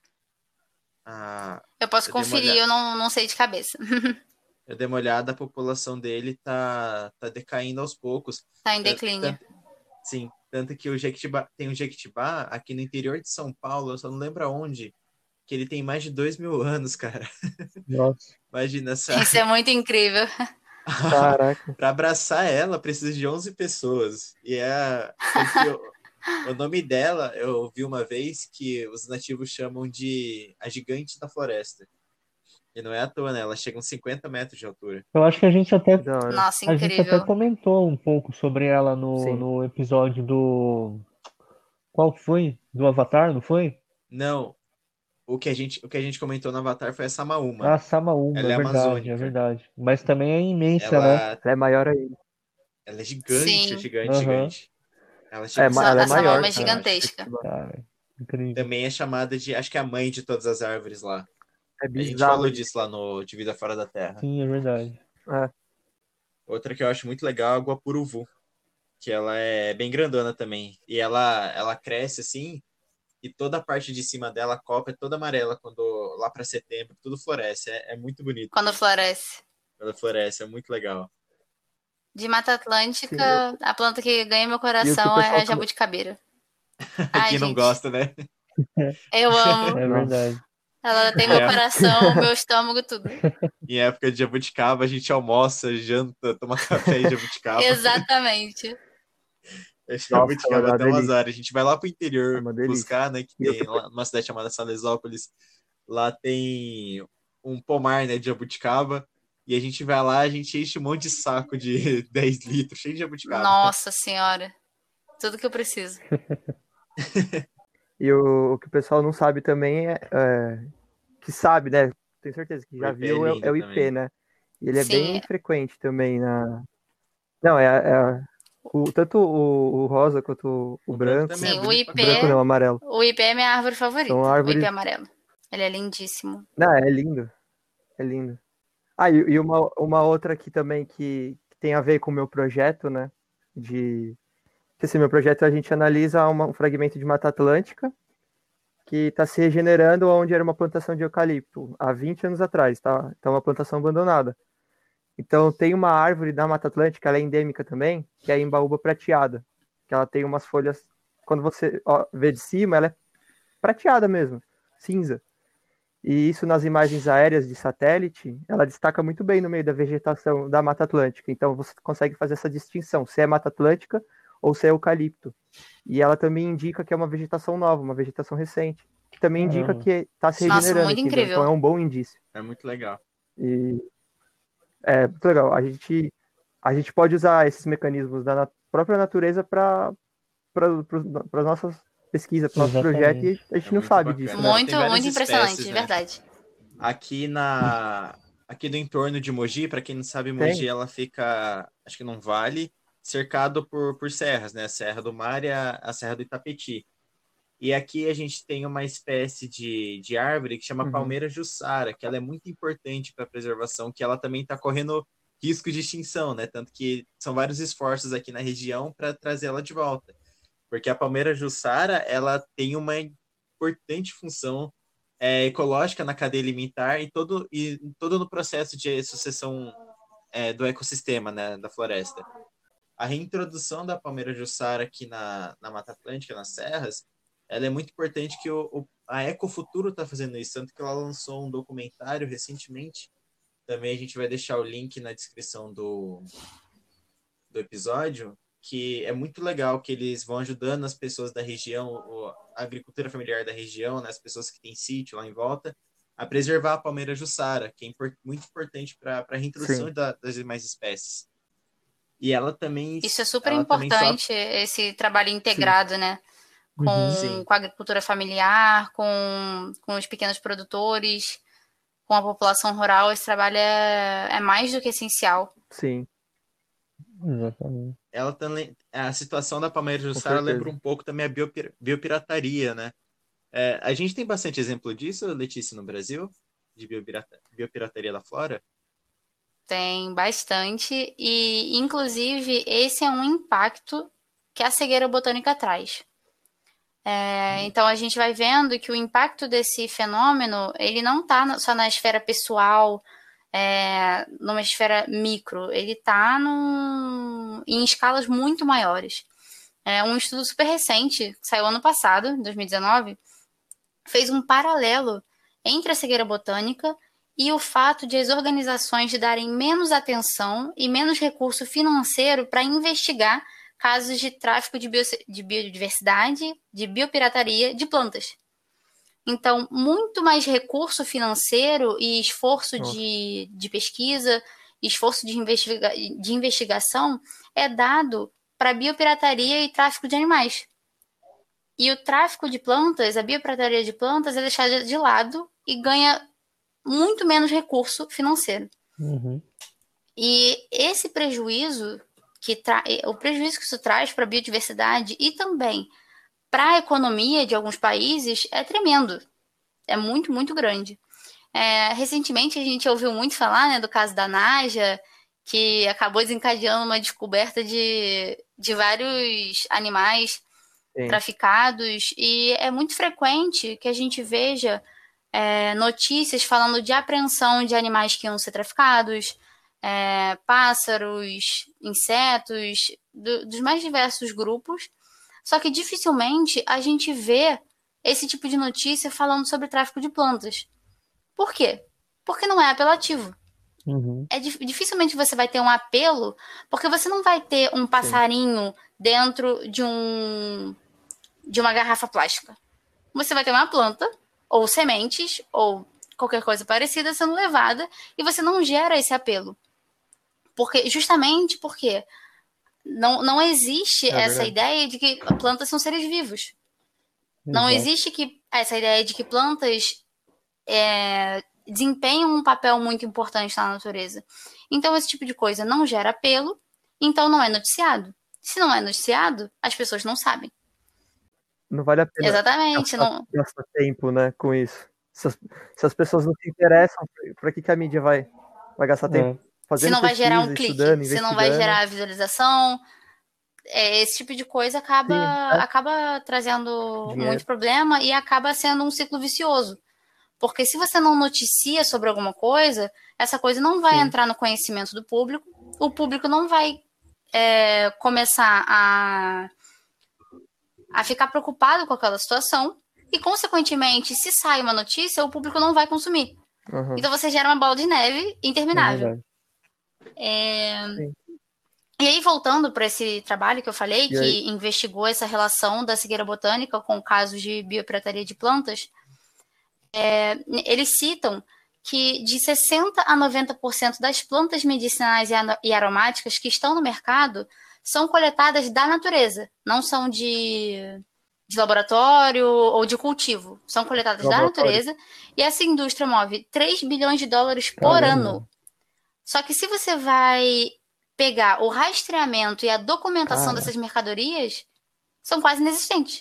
Ah, eu posso eu conferir, eu não, não sei de cabeça. Eu dei uma olhada, a população dele tá, tá decaindo aos poucos. Tá em declínio. Tanto, sim, tanto que o Jequitibá, tem um Jequitibá aqui no interior de São Paulo, eu só não lembro aonde, que ele tem mais de dois mil anos, cara. Nossa. Imagina essa... Isso é muito incrível. Caraca. Para abraçar ela, precisa de onze pessoas. E é... Eu... o nome dela, eu vi uma vez que os nativos chamam de a gigante da floresta. E não é à toa, né? Ela chega a uns cinquenta metros de altura. Eu acho que a gente até... Nossa, a incrível. gente até comentou um pouco sobre ela no, no episódio do... Qual foi? Do Avatar, não foi? Não. O que, a gente, o que a gente comentou no Avatar foi a Samaúma. Ah, Samaúma, ela é, é verdade, amazônica. É verdade. Mas também é imensa, ela, né? Ela é maior ainda. Ela é gigante, Sim. gigante, uhum. gigante. Ela, é, ela é a maior. Samaúma é gigantesca. Cara, incrível. Também é chamada de, acho que é a mãe de todas as árvores lá. É bizarro. A gente falou disso lá no De Vida Fora da Terra. Sim, é verdade. É. Outra que eu acho muito legal é a Guapuruvu, que ela é bem grandona também. E ela, ela cresce assim... E toda a parte de cima dela, a copa é toda amarela quando lá para setembro, tudo floresce. É, é muito bonito. Quando floresce. Quando floresce, é muito legal. De Mata Atlântica, Sim. a planta que ganha meu coração é a jabuticabeira. Ai, Quem não gente. gosta, né? Eu amo. É verdade. Ela tem meu é. coração, meu estômago, tudo. Em época de jabuticaba, a gente almoça, janta, toma café em jabuticaba. Exatamente. É jabuticaba até umas áreas. A gente vai lá pro interior é buscar, né? Que tem lá numa cidade chamada Salesópolis. Lá tem um pomar, né, de jabuticaba. E a gente vai lá, a gente enche um monte de saco de dez litros, cheio de jabuticaba. Nossa senhora. Tudo que eu preciso. E o, o que o pessoal não sabe também é, é que sabe, né? Tenho certeza que já viu, é, é o I P, também. Né? E ele é Sim. bem frequente também na... Não, é... é... O, tanto o, o rosa quanto o, o branco. Sim, o I P. O branco não, o amarelo. O I P é minha árvore favorita. São árvores... O I P amarelo. Ele é lindíssimo. Não, é lindo. É lindo. Ah, e, e uma, uma outra aqui também que, que tem a ver com o meu projeto, né? De. Que assim, meu projeto a gente analisa uma, um fragmento de Mata Atlântica que está se regenerando onde era uma plantação de eucalipto há vinte anos atrás, tá? Então, uma plantação abandonada. Então, tem uma árvore da Mata Atlântica, ela é endêmica também, que é a Embaúba prateada, que ela tem umas folhas, quando você ó, vê de cima, ela é prateada mesmo, cinza. E isso nas imagens aéreas de satélite, ela destaca muito bem no meio da vegetação da Mata Atlântica. Então, você consegue fazer essa distinção, se é Mata Atlântica ou se é eucalipto. E ela também indica que é uma vegetação nova, uma vegetação recente, que também indica Caramba. que está se Nossa, regenerando. muito entendeu? incrível. Então, é um bom indício. É muito legal. E é muito legal. A gente, a gente pode usar esses mecanismos da nat- própria natureza para as nossas pesquisas, para o nosso projeto, e a gente É não muito sabe bacana. disso, né? Muito, Tem várias muito impressionante, espécies, de né? verdade. Aqui na aqui do entorno de Mogi, para quem não sabe, Mogi Tem. ela fica, acho que num vale, cercado por, por serras, né? A Serra do Mar e a, a Serra do Itapetí. E aqui a gente tem uma espécie de, de árvore que chama Uhum. palmeira jussara, que ela é muito importante para a preservação, que ela também está correndo risco de extinção, né? Tanto que são vários esforços aqui na região para trazer ela de volta. Porque a palmeira jussara, ela tem uma importante função é, ecológica na cadeia alimentar e todo, e todo no processo de sucessão é, do ecossistema, né, da floresta. A reintrodução da palmeira jussara aqui na, na Mata Atlântica, nas serras, ela é muito importante que o, o, a Ecofuturo está fazendo isso, tanto que ela lançou um documentário recentemente. Também a gente vai deixar o link na descrição do, do episódio, que é muito legal, que eles vão ajudando as pessoas da região, a agricultura familiar da região, né, as pessoas que têm sítio lá em volta, a preservar a palmeira jussara, que é import, muito importante para a reintrodução da, das demais espécies. E ela também... Isso é super ela importante, sofre... esse trabalho integrado, Sim. né? Com, Sim. com a agricultura familiar, com, com os pequenos produtores, com a população rural. Esse trabalho é, é mais do que essencial. Sim. Exatamente. Ela também, a situação da palmeira Com jussara certeza. lembra um pouco também a biopir, biopirataria, né? É, a gente tem bastante exemplo disso, Letícia, no Brasil, de biopirata, biopirataria da flora? Tem bastante, e inclusive esse é um impacto que a cegueira botânica traz. É, então a gente vai vendo que o impacto desse fenômeno, ele não está só na esfera pessoal, é, numa esfera micro, ele está em escalas muito maiores. É, um estudo super recente, que saiu ano passado, em dois mil e dezenove, fez um paralelo entre a cegueira botânica e o fato de as organizações darem menos atenção e menos recurso financeiro para investigar casos de tráfico de, bio, de biodiversidade, de biopirataria de plantas. Então, muito mais recurso financeiro e esforço de, de pesquisa, esforço de, investiga, de investigação é dado para biopirataria e tráfico de animais. E o tráfico de plantas, a biopirataria de plantas, é deixada de lado e ganha muito menos recurso financeiro. Uhum. E esse prejuízo, que tra... o prejuízo que isso traz para a biodiversidade e também para a economia de alguns países é tremendo. É muito, muito grande. É, recentemente a gente ouviu muito falar, né, do caso da Naja, que acabou desencadeando uma descoberta de, de vários animais Sim. traficados, e é muito frequente que a gente veja é, notícias falando de apreensão de animais que iam ser traficados, é, pássaros, insetos, do, dos mais diversos grupos, só que dificilmente a gente vê esse tipo de notícia falando sobre tráfico de plantas. Por quê? Porque não é apelativo. Uhum. É, dificilmente você vai ter um apelo, porque você não vai ter um passarinho Sim. dentro de um de uma garrafa plástica. Você vai ter uma planta, ou sementes, ou qualquer coisa parecida sendo levada, e você não gera esse apelo. Porque, justamente porque não, não existe é essa verdade. ideia de que plantas são seres vivos. Exato. Não existe que, essa ideia de que plantas é, desempenham um papel muito importante na natureza. Então, esse tipo de coisa não gera apelo, então não é noticiado. Se não é noticiado, as pessoas não sabem. Não vale a pena Exatamente, gastar, não... gastar tempo, né, com isso. Se as, se as pessoas não se interessam, para que, que a mídia vai, vai gastar tempo É. fazendo Se não vai pesquisa, gerar um clique, se não vai gerar visualização, é, esse tipo de coisa acaba, Sim, é. acaba trazendo Dinheiro. muito problema e acaba sendo um ciclo vicioso. Porque se você não noticia sobre alguma coisa, essa coisa não vai Sim. entrar no conhecimento do público, o público não vai é, começar a, a ficar preocupado com aquela situação e, consequentemente, se sai uma notícia, o público não vai consumir. Uhum. Então você gera uma bola de neve interminável. É É... Sim. E aí, voltando para esse trabalho que eu falei, E que aí? investigou essa relação da cegueira botânica com casos de biopirataria de plantas, é, eles citam que de sessenta a noventa por cento das plantas medicinais e aromáticas que estão no mercado são coletadas da natureza, não são de, de laboratório ou de cultivo, são coletadas da natureza, e essa indústria move três bilhões de dólares por Caramba. ano. Só que se você vai pegar o rastreamento e a documentação Cara. dessas mercadorias, são quase inexistentes.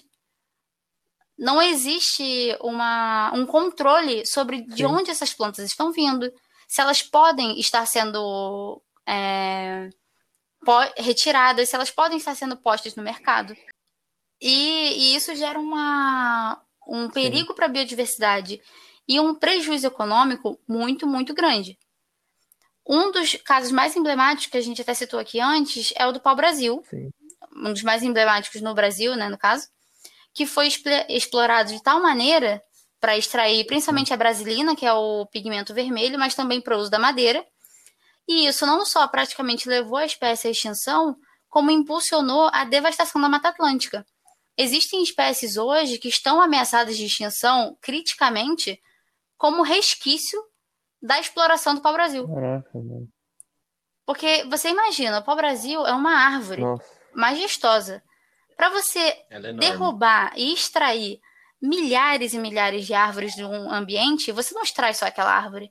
Não existe uma, um controle sobre de Sim. onde essas plantas estão vindo, se elas podem estar sendo é, retiradas, se elas podem estar sendo postas no mercado. E, e isso gera uma, um perigo para a biodiversidade e um prejuízo econômico muito, muito grande. Um dos casos mais emblemáticos que a gente até citou aqui antes é o do pau-brasil, Sim. um dos mais emblemáticos no Brasil, né, no caso, que foi explorado de tal maneira para extrair principalmente a brasilina, que é o pigmento vermelho, mas também para o uso da madeira. E isso não só praticamente levou a espécie à extinção, como impulsionou a devastação da Mata Atlântica. Existem espécies hoje que estão ameaçadas de extinção criticamente como resquício da exploração do pau-brasil. Caraca, mano. Porque você imagina, o pau-brasil é uma árvore Nossa. majestosa. Para você Ela é enorme. derrubar e extrair milhares e milhares de árvores de um ambiente, você não extrai só aquela árvore.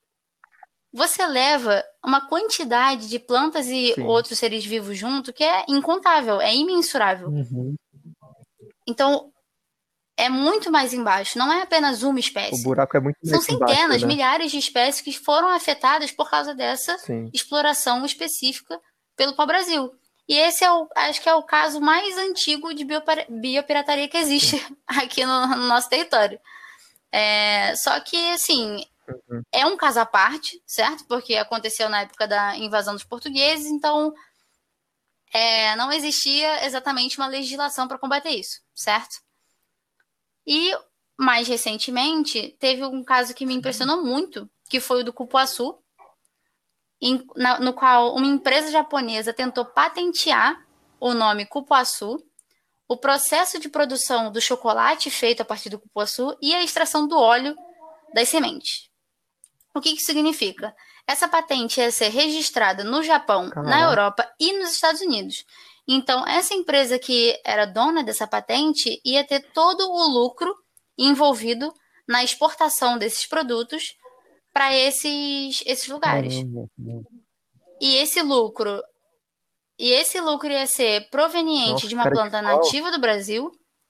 Você leva uma quantidade de plantas e Sim. outros seres vivos junto que é incontável, é imensurável. Uhum. Então, é muito mais embaixo, não é apenas uma O espécie. buraco é muito São mais embaixo, centenas, né? milhares de espécies que foram afetadas por causa dessa Sim. exploração específica pelo pau-brasil. E esse é o, acho que é o caso mais antigo de biopar- biopirataria que existe Sim. aqui no, no nosso território. É, só que, assim, Uhum. é um caso à parte, certo? Porque aconteceu na época da invasão dos portugueses, então é, não existia exatamente uma legislação para combater isso, certo? E, mais recentemente, teve um caso que me impressionou muito, que foi o do cupuaçu, em, na, no qual uma empresa japonesa tentou patentear o nome cupuaçu, o processo de produção do chocolate feito a partir do cupuaçu e a extração do óleo das sementes. O que isso significa? Essa patente ia ser registrada no Japão, Caraca. na Europa e nos Estados Unidos. Então, essa empresa que era dona dessa patente ia ter todo o lucro envolvido na exportação desses produtos para esses, esses lugares. Caramba. E esse lucro e esse lucro ia ser proveniente Nossa, de uma cara, planta que pau. nativa do Brasil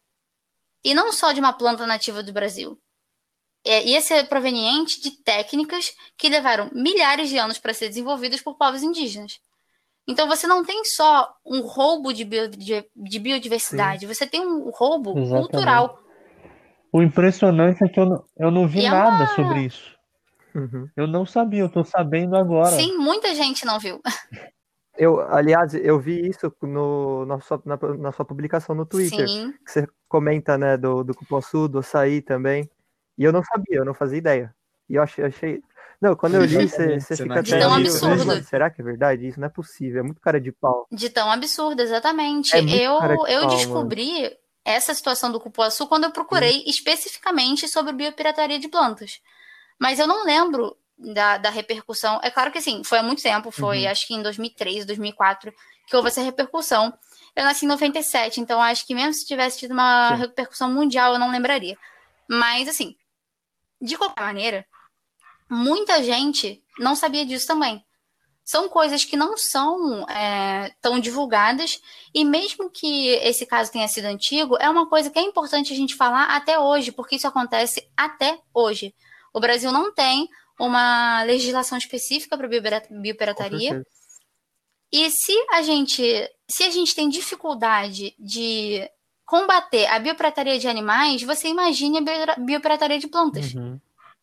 e não só de uma planta nativa do Brasil. É, ia ser proveniente de técnicas que levaram milhares de anos para ser desenvolvidas por povos indígenas. Então você não tem só um roubo de, bio, de, de biodiversidade, Sim. você tem um roubo Exatamente. cultural. O impressionante é que eu não, eu não vi E é nada uma... sobre isso. Uhum. Eu não sabia, eu tô sabendo agora. Sim, muita gente não viu. Eu, aliás, eu vi isso no, na, sua, na, na sua publicação no Twitter. Sim. Que você comenta, né, do, do cupuaçu, do açaí também. E eu não sabia, eu não fazia ideia. E eu achei... achei... Não, quando eu li, você, você fica De até... tão meio, absurdo. "Mano, será que é verdade? Isso não é possível, é muito cara de pau." De tão absurdo, exatamente. É muito eu cara de eu pau, descobri mano. essa situação do cupuaçu quando eu procurei Sim. especificamente sobre biopirataria de plantas. Mas eu não lembro da, da repercussão. É claro que sim, foi há muito tempo, foi uhum. acho que em dois mil e três, dois mil e quatro, que houve essa repercussão. Eu nasci em noventa e sete, então acho que mesmo se tivesse tido uma sim. repercussão mundial, eu não lembraria. Mas, assim, de qualquer maneira, muita gente não sabia disso também. São coisas que não são é, tão divulgadas, e mesmo que esse caso tenha sido antigo, é uma coisa que é importante a gente falar até hoje, porque isso acontece até hoje. O Brasil não tem uma legislação específica para biopirataria, e se a gente, se a gente tem dificuldade de combater a biopirataria de animais, você imagine a biopirataria de plantas. Uhum.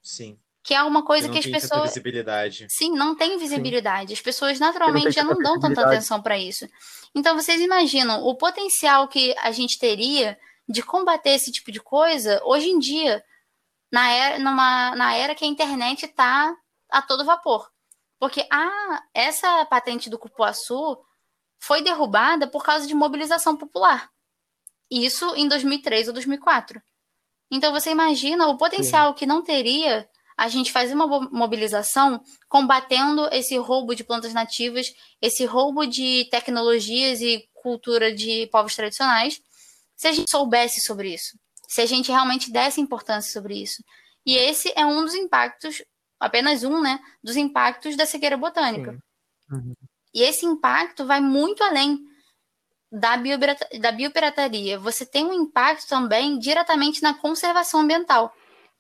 Sim. Que é uma coisa que, que as tem pessoas... visibilidade. Sim, não tem visibilidade. Sim. As pessoas naturalmente já não dão tanta atenção para isso. Então, vocês imaginam o potencial que a gente teria de combater esse tipo de coisa hoje em dia, na era, numa, na era que a internet está a todo vapor. Porque ah, essa patente do cupuaçu foi derrubada por causa de mobilização popular. Isso em dois mil e três ou dois mil e quatro. Então, você imagina o potencial Sim. que não teria a gente fazer uma mobilização combatendo esse roubo de plantas nativas, esse roubo de tecnologias e cultura de povos tradicionais, se a gente soubesse sobre isso, se a gente realmente desse importância sobre isso. E esse é um dos impactos, apenas um, né, dos impactos da cegueira botânica. Uhum. E esse impacto vai muito além da, biopirata- da biopirataria. Você tem um impacto também diretamente na conservação ambiental.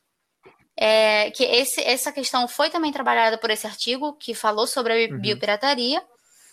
É, que esse, essa questão foi também trabalhada por esse artigo que falou sobre a uhum. biopirataria.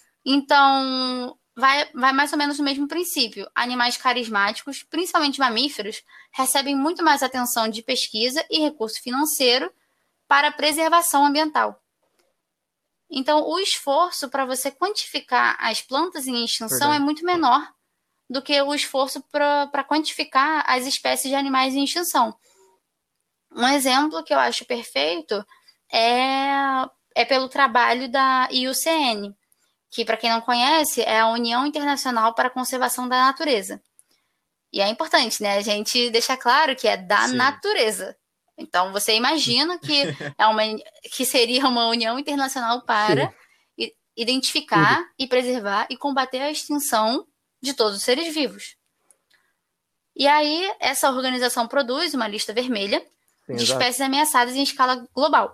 Então, vai, vai mais ou menos no mesmo princípio. Animais carismáticos, principalmente mamíferos, recebem muito mais atenção de pesquisa e recurso financeiro para a preservação ambiental. Então, o esforço para você quantificar as plantas em extinção Verdade. é muito menor do que o esforço para quantificar as espécies de animais em extinção. Um exemplo que eu acho perfeito é, é pelo trabalho da I U C N, que, para quem não conhece, é a União Internacional para a Conservação da Natureza. E é importante, né, a gente deixar claro que é da Sim. natureza. Então, você imagina que, é uma, que seria uma união internacional para Sim. identificar Sim. e preservar e combater a extinção de todos os seres vivos. E aí, essa organização produz uma lista vermelha Sim, de exato. espécies ameaçadas em escala global.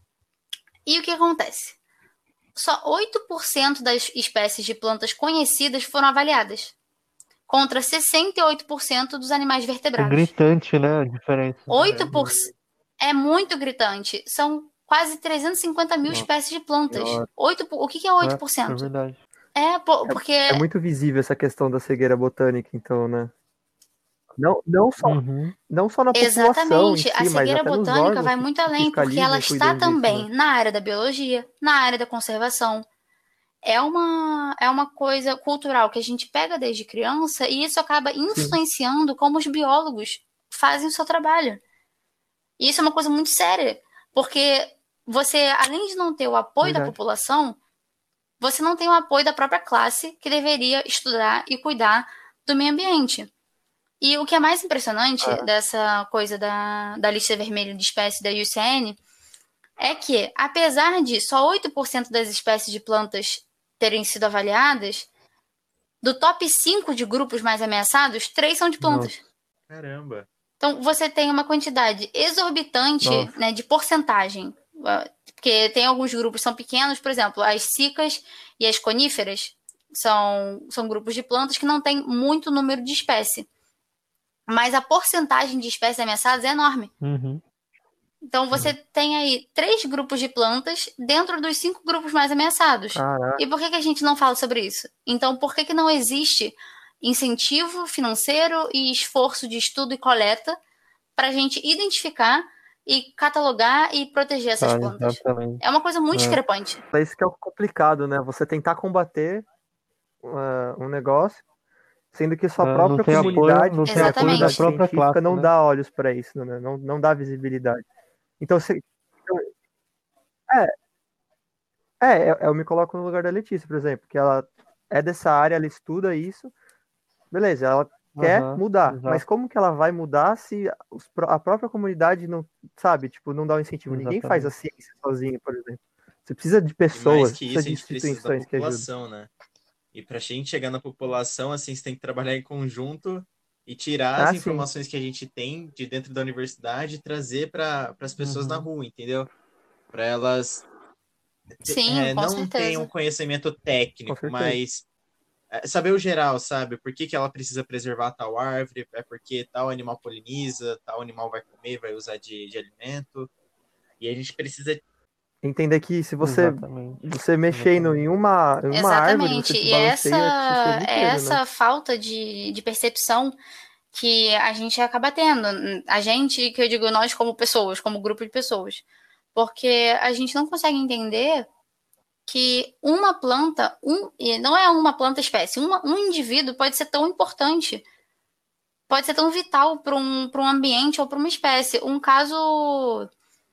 E o que acontece? Só oito por cento das espécies de plantas conhecidas foram avaliadas, contra sessenta e oito por cento dos animais vertebrados. É gritante, né, a diferença. oito por cento é muito gritante. São quase trezentos e cinquenta mil Nossa. espécies de plantas. oito, o que é oito por cento? É, é verdade. É, porque... É muito visível essa questão da cegueira botânica, então, né? Não, não, só, uhum. não só na população Exatamente. em si, a cegueira mas botânica vai muito além, porque ela está também disso, né? na área da biologia, na área da conservação. É uma, é uma coisa cultural que a gente pega desde criança e isso acaba influenciando Sim. como os biólogos fazem o seu trabalho. E isso é uma coisa muito séria, porque você, além de não ter o apoio Verdade. da população, você não tem o apoio da própria classe que deveria estudar e cuidar do meio ambiente. E o que é mais impressionante ah. dessa coisa da, da lista vermelha de espécies da I U C N é que, apesar de só oito por cento das espécies de plantas terem sido avaliadas, do top cinco de grupos mais ameaçados, três são de plantas. Nossa. Caramba! Então, você tem uma quantidade exorbitante né, de porcentagem. Porque tem alguns grupos que são pequenos, por exemplo, as cicas e as coníferas são, são grupos de plantas que não têm muito número de espécies. Mas a porcentagem de espécies ameaçadas é enorme. Uhum. Então, você uhum. tem aí três grupos de plantas dentro dos cinco grupos mais ameaçados. Caraca. E por que, que a gente não fala sobre isso? Então, por que, que não existe incentivo financeiro e esforço de estudo e coleta para a gente identificar e catalogar e proteger essas ah, plantas? Exatamente. É uma coisa muito é. discrepante. É isso que é o complicado, né? Você tentar combater uh, um negócio sendo que sua é, própria comunidade, apoio, não Exatamente. da própria classe, não né? dá olhos para isso, né? Não, não dá visibilidade. Então, se, é, é, eu me coloco no lugar da Letícia, por exemplo, que ela é dessa área, ela estuda isso, beleza, ela quer uhum, mudar, exato. Mas como que ela vai mudar se os, a própria comunidade não, sabe, tipo, não dá um incentivo? Exatamente. Ninguém faz a ciência sozinho, por exemplo. Você precisa de pessoas, que isso, precisa de instituições que ajudam. Né? E para a gente chegar na população, assim, você tem que trabalhar em conjunto e tirar ah, as sim. informações que a gente tem de dentro da universidade e trazer para as pessoas uhum. na rua, entendeu? Para elas sim, é, não certeza. tenham conhecimento técnico, mas é, saber o geral, sabe? Por que, que ela precisa preservar tal árvore, é porque tal animal poliniza, tal animal vai comer, vai usar de, de alimento. E a gente precisa entender que se você, você mexendo em uma, em uma Exatamente. árvore, você e essa, inteiro, essa né? falta de, de percepção que a gente acaba tendo. A gente, que eu digo nós como pessoas, como grupo de pessoas. Porque a gente não consegue entender que uma planta, um, e não é uma planta espécie, uma, um indivíduo pode ser tão importante, pode ser tão vital para um, para um ambiente ou para uma espécie. Um caso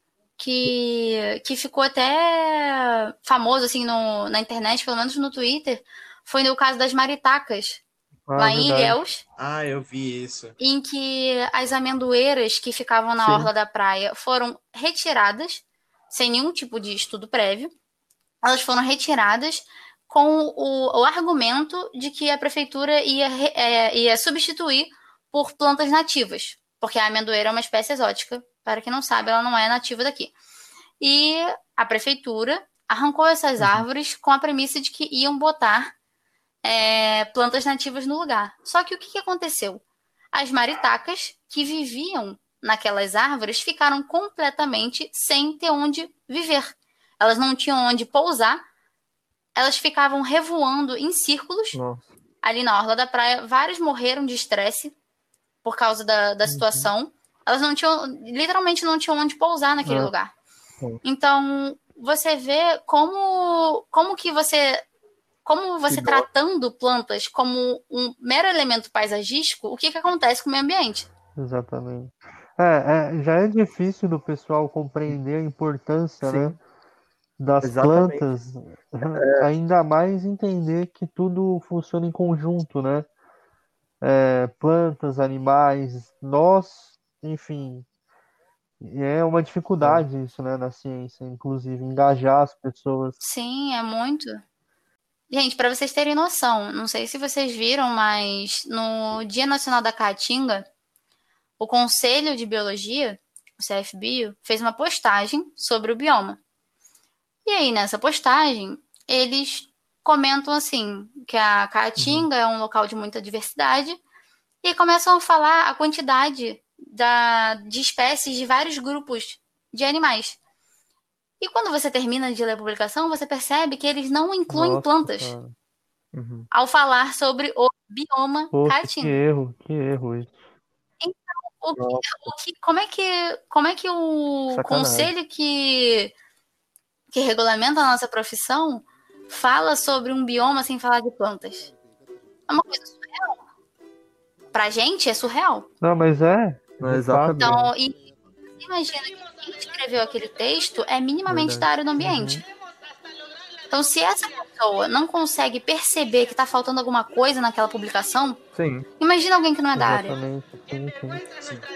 que, que ficou até famoso assim, no, na internet, pelo menos no Twitter, foi no caso das maritacas, ah, lá verdade. Em Ilhéus. Ah, eu vi isso. Em que as amendoeiras que ficavam na Sim. orla da praia foram retiradas, sem nenhum tipo de estudo prévio. Elas foram retiradas com o, o argumento de que a prefeitura ia, é, ia substituir por plantas nativas, porque a amendoeira é uma espécie exótica. Para quem não sabe, ela não é nativa daqui. E a prefeitura arrancou essas uhum. árvores com a premissa de que iam botar é, plantas nativas no lugar. Só que o que, que aconteceu? As maritacas que viviam naquelas árvores ficaram completamente sem ter onde viver. Elas não tinham onde pousar, elas ficavam revoando em círculos Nossa. ali na orla da praia. Vários morreram de estresse por causa da, da uhum. situação. Elas não tinham, literalmente não tinham onde pousar naquele é. lugar. Sim. Então, você vê como, como que você, como você que tratando plantas como um mero elemento paisagístico, o que, que acontece com o meio ambiente? Exatamente. É, é, já é difícil do pessoal compreender a importância, né, das Exatamente. plantas, é. ainda mais entender que tudo funciona em conjunto, né? É, plantas, animais, nós, enfim, é uma dificuldade é. isso, né, na ciência, inclusive, engajar as pessoas. Sim, é muito. Gente, para vocês terem noção, não sei se vocês viram, mas no Dia Nacional da Caatinga, o Conselho de Biologia, o C F B I O, fez uma postagem sobre o bioma. E aí, nessa postagem, eles comentam assim, que a Caatinga uhum. é um local de muita diversidade, e começam a falar a quantidade da, de espécies de vários grupos de animais. E quando você termina de ler a publicação, você percebe que eles não incluem Nossa, plantas uhum. ao falar sobre o bioma Poxa, Caatinga. Que erro, que erro isso. Então, o que, o que, como é que, como é que o Sacanagem. conselho que, que regulamenta a nossa profissão fala sobre um bioma sem falar de plantas? É uma coisa surreal. Pra gente é surreal. Não, mas é. Não, exatamente. Então, e você imagina que quem escreveu aquele texto é minimamente Verdade. da área do ambiente. Uhum. Então, se essa pessoa não consegue perceber que tá faltando alguma coisa naquela publicação, sim. imagina alguém que não é da área. Exatamente. Sim, sim. Sim.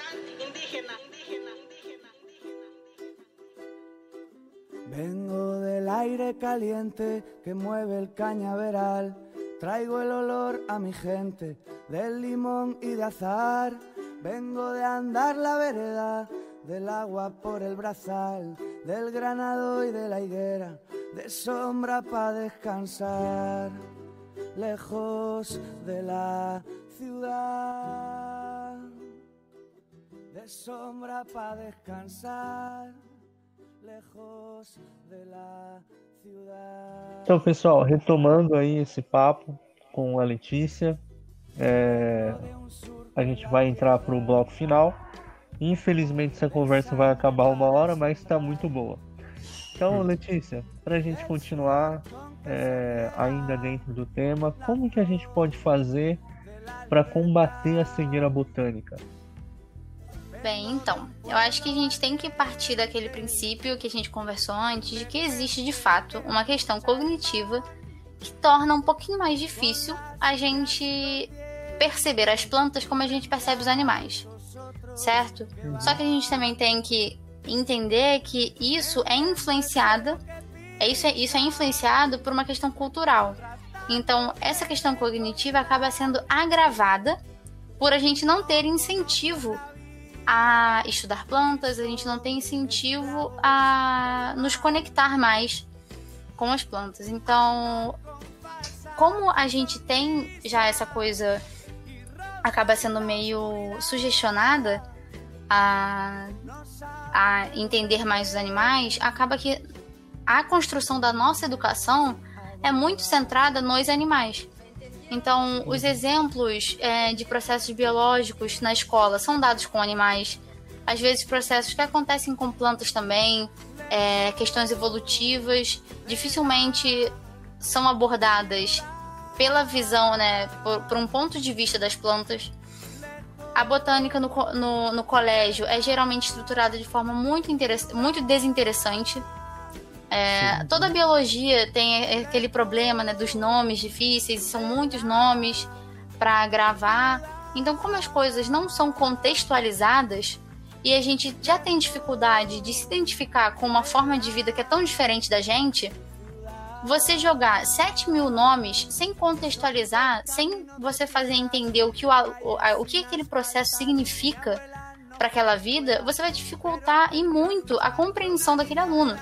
Vengo del aire caliente que mueve el cañaveral. Traigo el olor a mi gente del limón y de azahar. Vengo de andar la vereda, del agua por el brazal, del granado y de la higuera, de sombra pa' descansar, lejos de la ciudad. De sombra pa' descansar, lejos de la ciudad. Então, pessoal, retomando aí esse papo com a Letícia, é, a gente vai entrar para o bloco final. Infelizmente essa conversa vai acabar uma hora, mas está muito boa. Então, Letícia, para a gente continuar é, ainda dentro do tema, como que a gente pode fazer para combater a cegueira botânica? Bem, então, eu acho que a gente tem que partir daquele princípio que a gente conversou antes, de que existe de fato uma questão cognitiva que torna um pouquinho mais difícil a gente perceber as plantas como a gente percebe os animais, certo? Uhum. Só que a gente também tem que entender que isso é influenciado, é isso, é, isso é influenciado por uma questão cultural. Então, essa questão cognitiva acaba sendo agravada por a gente não ter incentivo a estudar plantas, a gente não tem incentivo a nos conectar mais com as plantas. Então, como a gente tem já essa coisa, acaba sendo meio sugestionada a, a entender mais os animais, acaba que a construção da nossa educação é muito centrada nos animais. Então, os exemplos é, de processos biológicos na escola são dados com animais. Às vezes, processos que acontecem com plantas também, é, questões evolutivas, dificilmente são abordadas pela visão, né, por, por um ponto de vista das plantas. A botânica no, no, no colégio é geralmente estruturada de forma muito, muito desinteressante. É, toda a biologia tem aquele problema, né, dos nomes difíceis, são muitos nomes para gravar. Então, como as coisas não são contextualizadas e a gente já tem dificuldade de se identificar com uma forma de vida que é tão diferente da gente, você jogar sete mil nomes sem contextualizar, sem você fazer entender o que, o, o, o que aquele processo significa para aquela vida, você vai dificultar e muito a compreensão daquele aluno.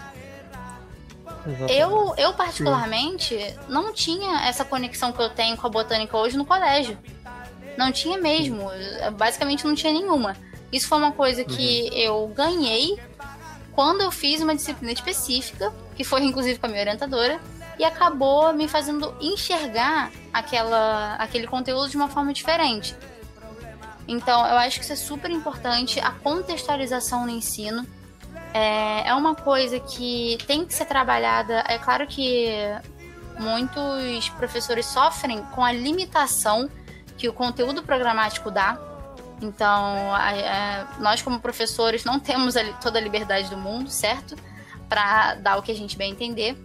Eu, eu, particularmente, Sim. não tinha essa conexão que eu tenho com a botânica hoje no colégio. Não tinha mesmo. Basicamente não tinha nenhuma. Isso foi uma coisa que uhum. eu ganhei quando eu fiz uma disciplina específica, que foi inclusive com a minha orientadora, e acabou me fazendo enxergar aquela, aquele conteúdo de uma forma diferente. Então, eu acho que isso é super importante, a contextualização no ensino. É, é uma coisa que tem que ser trabalhada. É claro que muitos professores sofrem com a limitação que o conteúdo programático dá. Então, a, a, nós como professores não temos a, toda a liberdade do mundo, certo? Para dar o que a gente bem entender.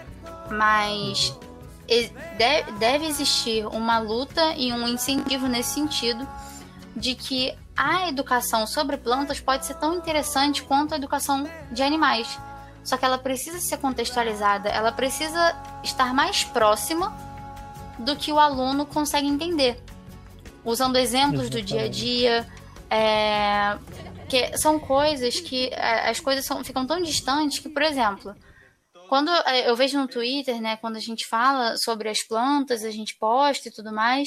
Mas deve, deve existir uma luta e um incentivo nesse sentido de que a educação sobre plantas pode ser tão interessante quanto a educação de animais. Só que ela precisa ser contextualizada, ela precisa estar mais próxima do que o aluno consegue entender. Usando exemplos do dia a dia, é, que são coisas que as coisas são, ficam tão distantes que, por exemplo, quando eu vejo no Twitter, né, quando a gente fala sobre as plantas, a gente posta e tudo mais,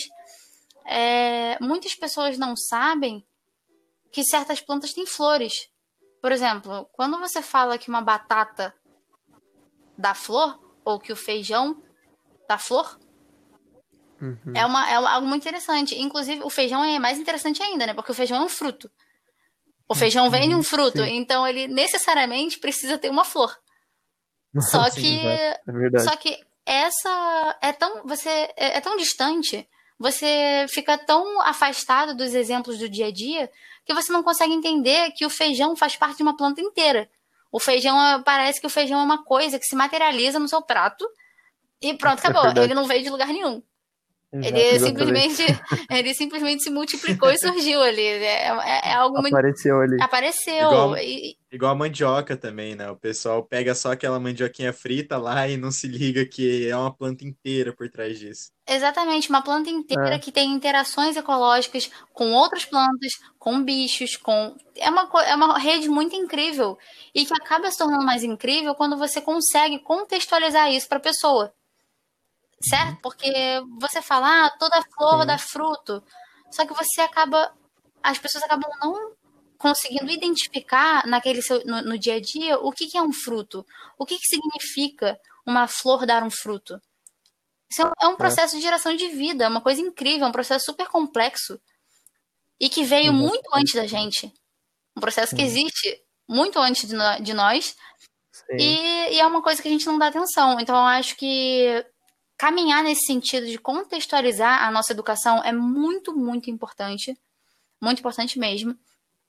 é, muitas pessoas não sabem que certas plantas têm flores. Por exemplo, quando você fala que uma batata dá flor, ou que o feijão dá flor, uhum. é, uma, é algo muito interessante. Inclusive, o feijão é mais interessante ainda, né? Porque o feijão é um fruto. O feijão vem de um fruto, sim. Então ele necessariamente precisa ter uma flor. Só que, sim, é só que essa é tão, você, é, é tão distante, você fica tão afastado dos exemplos do dia a dia que você não consegue entender que o feijão faz parte de uma planta inteira. O feijão, parece que o feijão é uma coisa que se materializa no seu prato e pronto, acabou. É ele não veio de lugar nenhum. Ele Exatamente. simplesmente, ele simplesmente se multiplicou e surgiu ali. É, é, é algo Apareceu muito... ali. Apareceu. Igual, e... igual a mandioca também, né? O pessoal pega só aquela mandioquinha frita lá e não se liga que é uma planta inteira por trás disso. Exatamente, uma planta inteira é. que tem interações ecológicas com outras plantas, com bichos, com... É uma, é uma rede muito incrível e que acaba se tornando mais incrível quando você consegue contextualizar isso para a pessoa. Certo? Porque você fala, ah, toda flor Sim. dá fruto. Só que você acaba... As pessoas acabam não conseguindo identificar naquele seu, no, no dia a dia o que, que é um fruto. O que, que significa uma flor dar um fruto. Isso é um processo é. de geração de vida. É uma coisa incrível. É um processo super complexo. E que veio uhum. muito antes da gente. Um processo que existe muito antes de, no, de nós. E, e é uma coisa que a gente não dá atenção. Então, eu acho que caminhar nesse sentido de contextualizar a nossa educação é muito, muito importante. Muito importante mesmo.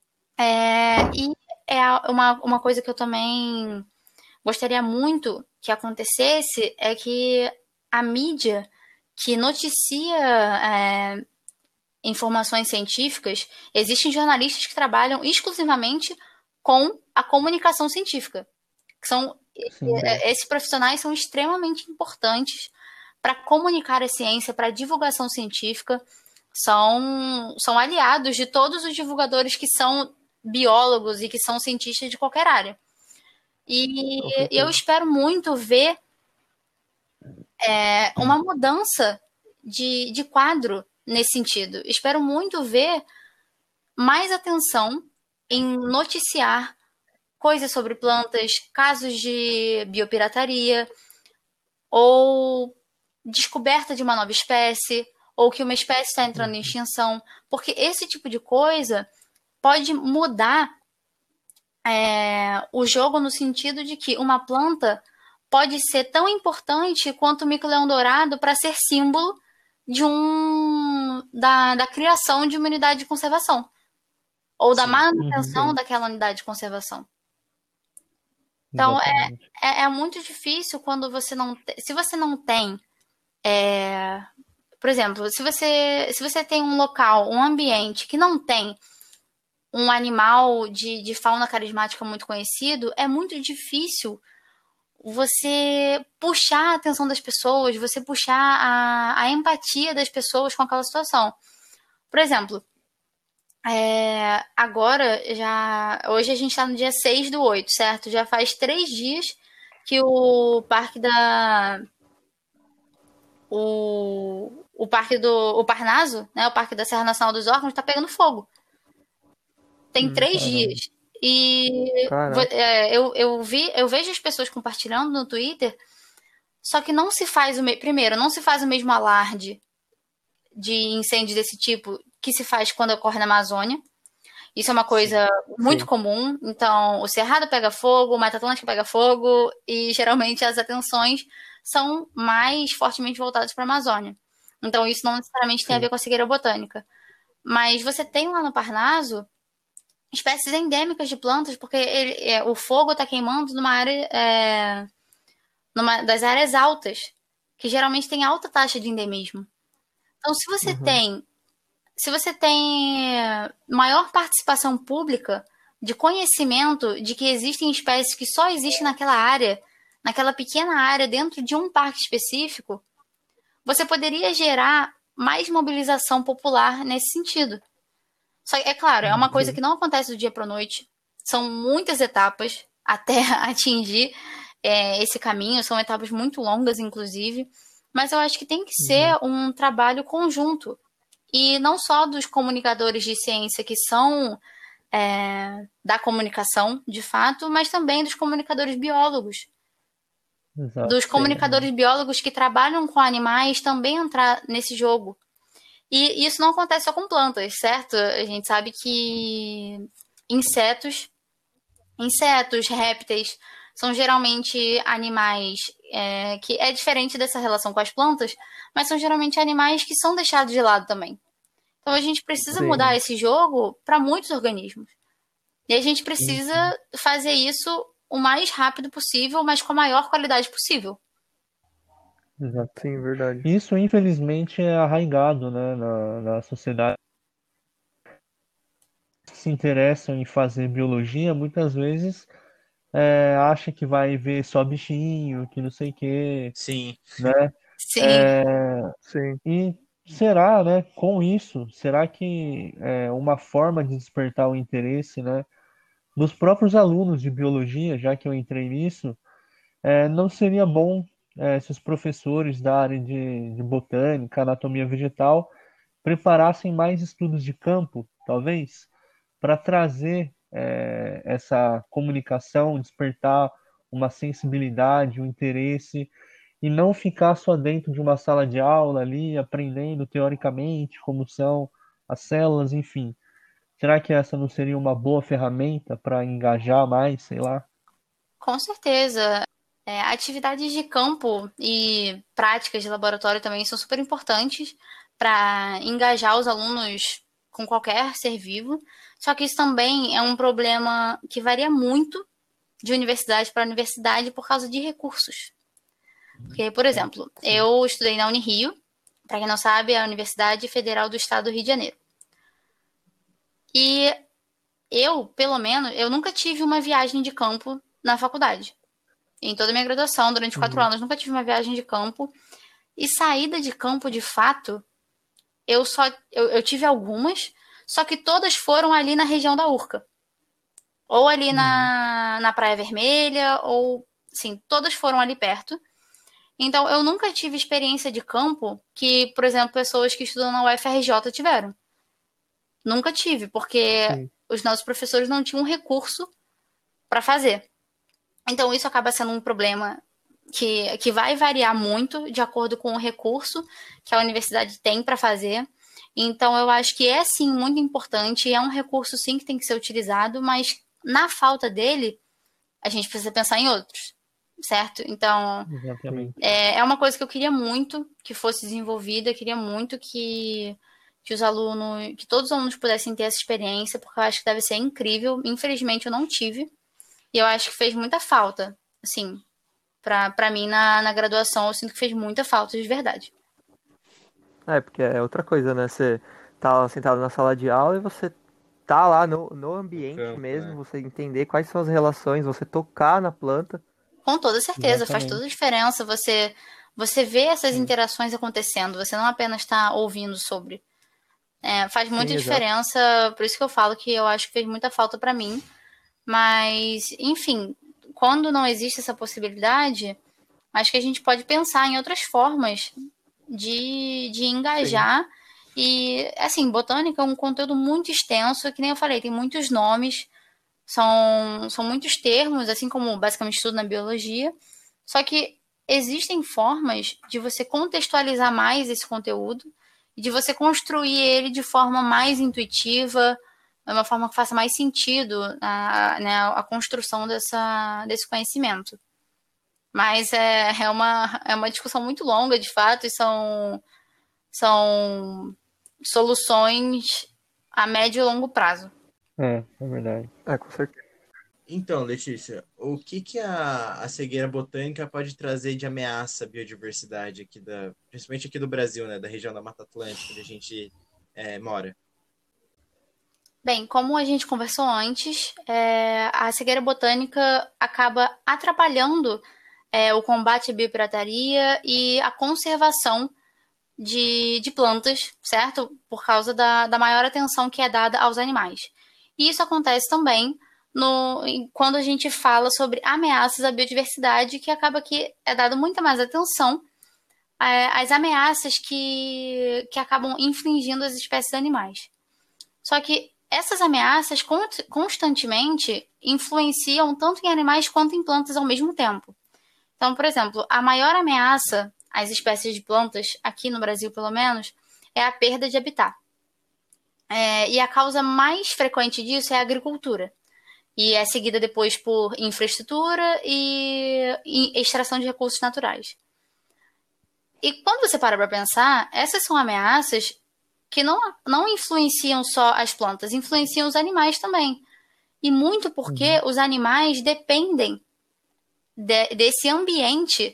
É, e é uma, uma coisa que eu também gostaria muito que acontecesse é que a mídia que noticia é, informações científicas, existem jornalistas que trabalham exclusivamente com a comunicação científica. Que são, Sim, esses profissionais são extremamente importantes para comunicar a ciência, para a divulgação científica, são, são aliados de todos os divulgadores que são biólogos e que são cientistas de qualquer área. E okay. eu espero muito ver é, uma mudança de, de quadro nesse sentido. Espero muito ver mais atenção em noticiar coisas sobre plantas, casos de biopirataria, ou descoberta de uma nova espécie, ou que uma espécie está entrando em extinção, porque esse tipo de coisa pode mudar é, o jogo no sentido de que uma planta pode ser tão importante quanto o mico-leão dourado para ser símbolo de um da, da criação de uma unidade de conservação ou da Sim. manutenção Uhum. daquela unidade de conservação. Então, é, é, é muito difícil quando você não... Te... Se você não tem... É... Por exemplo, se você, se você tem um local, um ambiente que não tem um animal de, de fauna carismática muito conhecido, é muito difícil você puxar a atenção das pessoas, você puxar a, a empatia das pessoas com aquela situação. Por exemplo, é, agora, já hoje a gente está no dia seis do oito, certo? Já faz três dias que o parque da... O, o parque do o Parnaso, né, o parque da Serra Nacional dos Órgãos, está pegando fogo. Tem Hum, três caramba. dias. E Caraca. é, eu, eu, vi, eu vejo as pessoas compartilhando no Twitter, só que não se faz o me... primeiro, não se faz o mesmo alarde de incêndio desse tipo que se faz quando ocorre na Amazônia. Isso é uma coisa Sim. muito Sim. comum. Então, o Cerrado pega fogo, o Mata Atlântica pega fogo, e geralmente as atenções são mais fortemente voltadas para a Amazônia. Então, isso não necessariamente tem a Sim. ver com a cegueira botânica. Mas você tem lá no Parnaso espécies endêmicas de plantas, porque ele, é, o fogo está queimando numa área, é, numa das áreas altas, que geralmente tem alta taxa de endemismo. Então, se você Uhum. tem, se você tem maior participação pública de conhecimento de que existem espécies que só existem naquela área, naquela pequena área dentro de um parque específico, você poderia gerar mais mobilização popular nesse sentido. Só que, é claro, é uma coisa Sim. que não acontece do dia para a noite. São muitas etapas até atingir é, esse caminho. São etapas muito longas, inclusive. Mas eu acho que tem que ser Uhum. um trabalho conjunto. E não só dos comunicadores de ciência que são é, da comunicação, de fato, mas também dos comunicadores biólogos. Exato. Dos Sim. comunicadores biólogos que trabalham com animais também entrar nesse jogo. E isso não acontece só com plantas, certo? A gente sabe que insetos, insetos, répteis, são geralmente animais é, que é diferente dessa relação com as plantas, mas são geralmente animais que são deixados de lado também. Então a gente precisa Sim. mudar esse jogo para muitos organismos. E a gente precisa Uhum. fazer isso o mais rápido possível, mas com a maior qualidade possível. Exato. Sim, verdade. Isso, infelizmente, é arraigado, né, na, na sociedade. Que se interessam em fazer biologia, muitas vezes é, acha que vai ver só bichinho, que não sei o quê, Sim. né? Sim, É, Sim. e será, né, com isso, será que é uma forma de despertar o interesse, né, dos próprios alunos de biologia, já que eu entrei nisso, é, não seria bom é, se os professores da área de, de botânica, anatomia vegetal, preparassem mais estudos de campo, talvez, para trazer é, essa comunicação, despertar uma sensibilidade, um interesse, e não ficar só dentro de uma sala de aula ali, aprendendo teoricamente como são as células, enfim. Será que essa não seria uma boa ferramenta para engajar mais, sei lá? com certeza. É, atividades de campo e práticas de laboratório também são super importantes para engajar os alunos com qualquer ser vivo. Só que isso também é um problema que varia muito de universidade para universidade por causa de recursos. Porque, por exemplo, Sim. eu estudei na Unirio, para quem não sabe, é a Universidade Federal do Estado do Rio de Janeiro. E eu, pelo menos, eu nunca tive uma viagem de campo na faculdade. Em toda a minha graduação, durante quatro Uhum. anos, nunca tive uma viagem de campo. E saída de campo, de fato, eu só eu, eu tive algumas, só que todas foram ali na região da Urca. Ou ali na, na Praia Vermelha, ou, sim, todas foram ali perto. Então, eu nunca tive experiência de campo que, por exemplo, pessoas que estudam na U F R J tiveram. Nunca tive, porque Sim. os nossos professores não tinham recurso para fazer. Então, isso acaba sendo um problema que, que vai variar muito de acordo com o recurso que a universidade tem para fazer. Então, eu acho que é, sim, muito importante, é um recurso, sim, que tem que ser utilizado, mas na falta dele, a gente precisa pensar em outros, certo? Então, é, é uma coisa que eu queria muito que fosse desenvolvida, eu queria muito que, que os alunos, que todos os alunos pudessem ter essa experiência, porque eu acho que deve ser incrível. Infelizmente, eu não tive, e eu acho que fez muita falta, assim, pra, pra mim, na, na graduação, eu sinto que fez muita falta, de verdade. É, porque é outra coisa, né? Você tá sentado na sala de aula e você tá lá no, no ambiente campo, mesmo, né? Você entender quais são as relações, você tocar na planta. Com toda certeza, Exatamente. Faz toda a diferença você, você vê essas Sim. interações acontecendo, você não apenas está ouvindo sobre. É, faz muita Sim, diferença, exato. Por isso que eu falo que eu acho que fez muita falta para mim. Mas, enfim, quando não existe essa possibilidade, acho que a gente pode pensar em outras formas de, de engajar. Sim. E, assim, botânica é um conteúdo muito extenso, que nem eu falei, tem muitos nomes, são, são muitos termos, assim como basicamente tudo na biologia. Só que existem formas de você contextualizar mais esse conteúdo e de você construir ele de forma mais intuitiva, uma forma que faça mais sentido a, né, a construção dessa, desse conhecimento. Mas é, é, uma, é uma discussão muito longa, de fato, e são, são soluções a médio e longo prazo. É, é verdade. É, com certeza. Então, Letícia, o que, que a, a cegueira botânica pode trazer de ameaça à biodiversidade, aqui da, principalmente aqui do Brasil, né, da região da Mata Atlântica, onde a gente é, mora? Bem, como a gente conversou antes, é, a cegueira botânica acaba atrapalhando é, o combate à biopirataria e a conservação de, de plantas, certo? Por causa da, da maior atenção que é dada aos animais. E isso acontece também no, quando a gente fala sobre ameaças à biodiversidade, que acaba que é dado muita mais atenção é, às ameaças que, que acabam infringindo as espécies animais. Só que essas ameaças constantemente influenciam tanto em animais quanto em plantas ao mesmo tempo. Então, por exemplo, a maior ameaça às espécies de plantas, aqui no Brasil pelo menos, é a perda de habitat. É, e a causa mais frequente disso é a agricultura. E é seguida depois por infraestrutura e, e extração de recursos naturais. E quando você para para pensar, essas são ameaças que não, não influenciam só as plantas, influenciam os animais também. E muito porque uhum. os animais dependem de, desse ambiente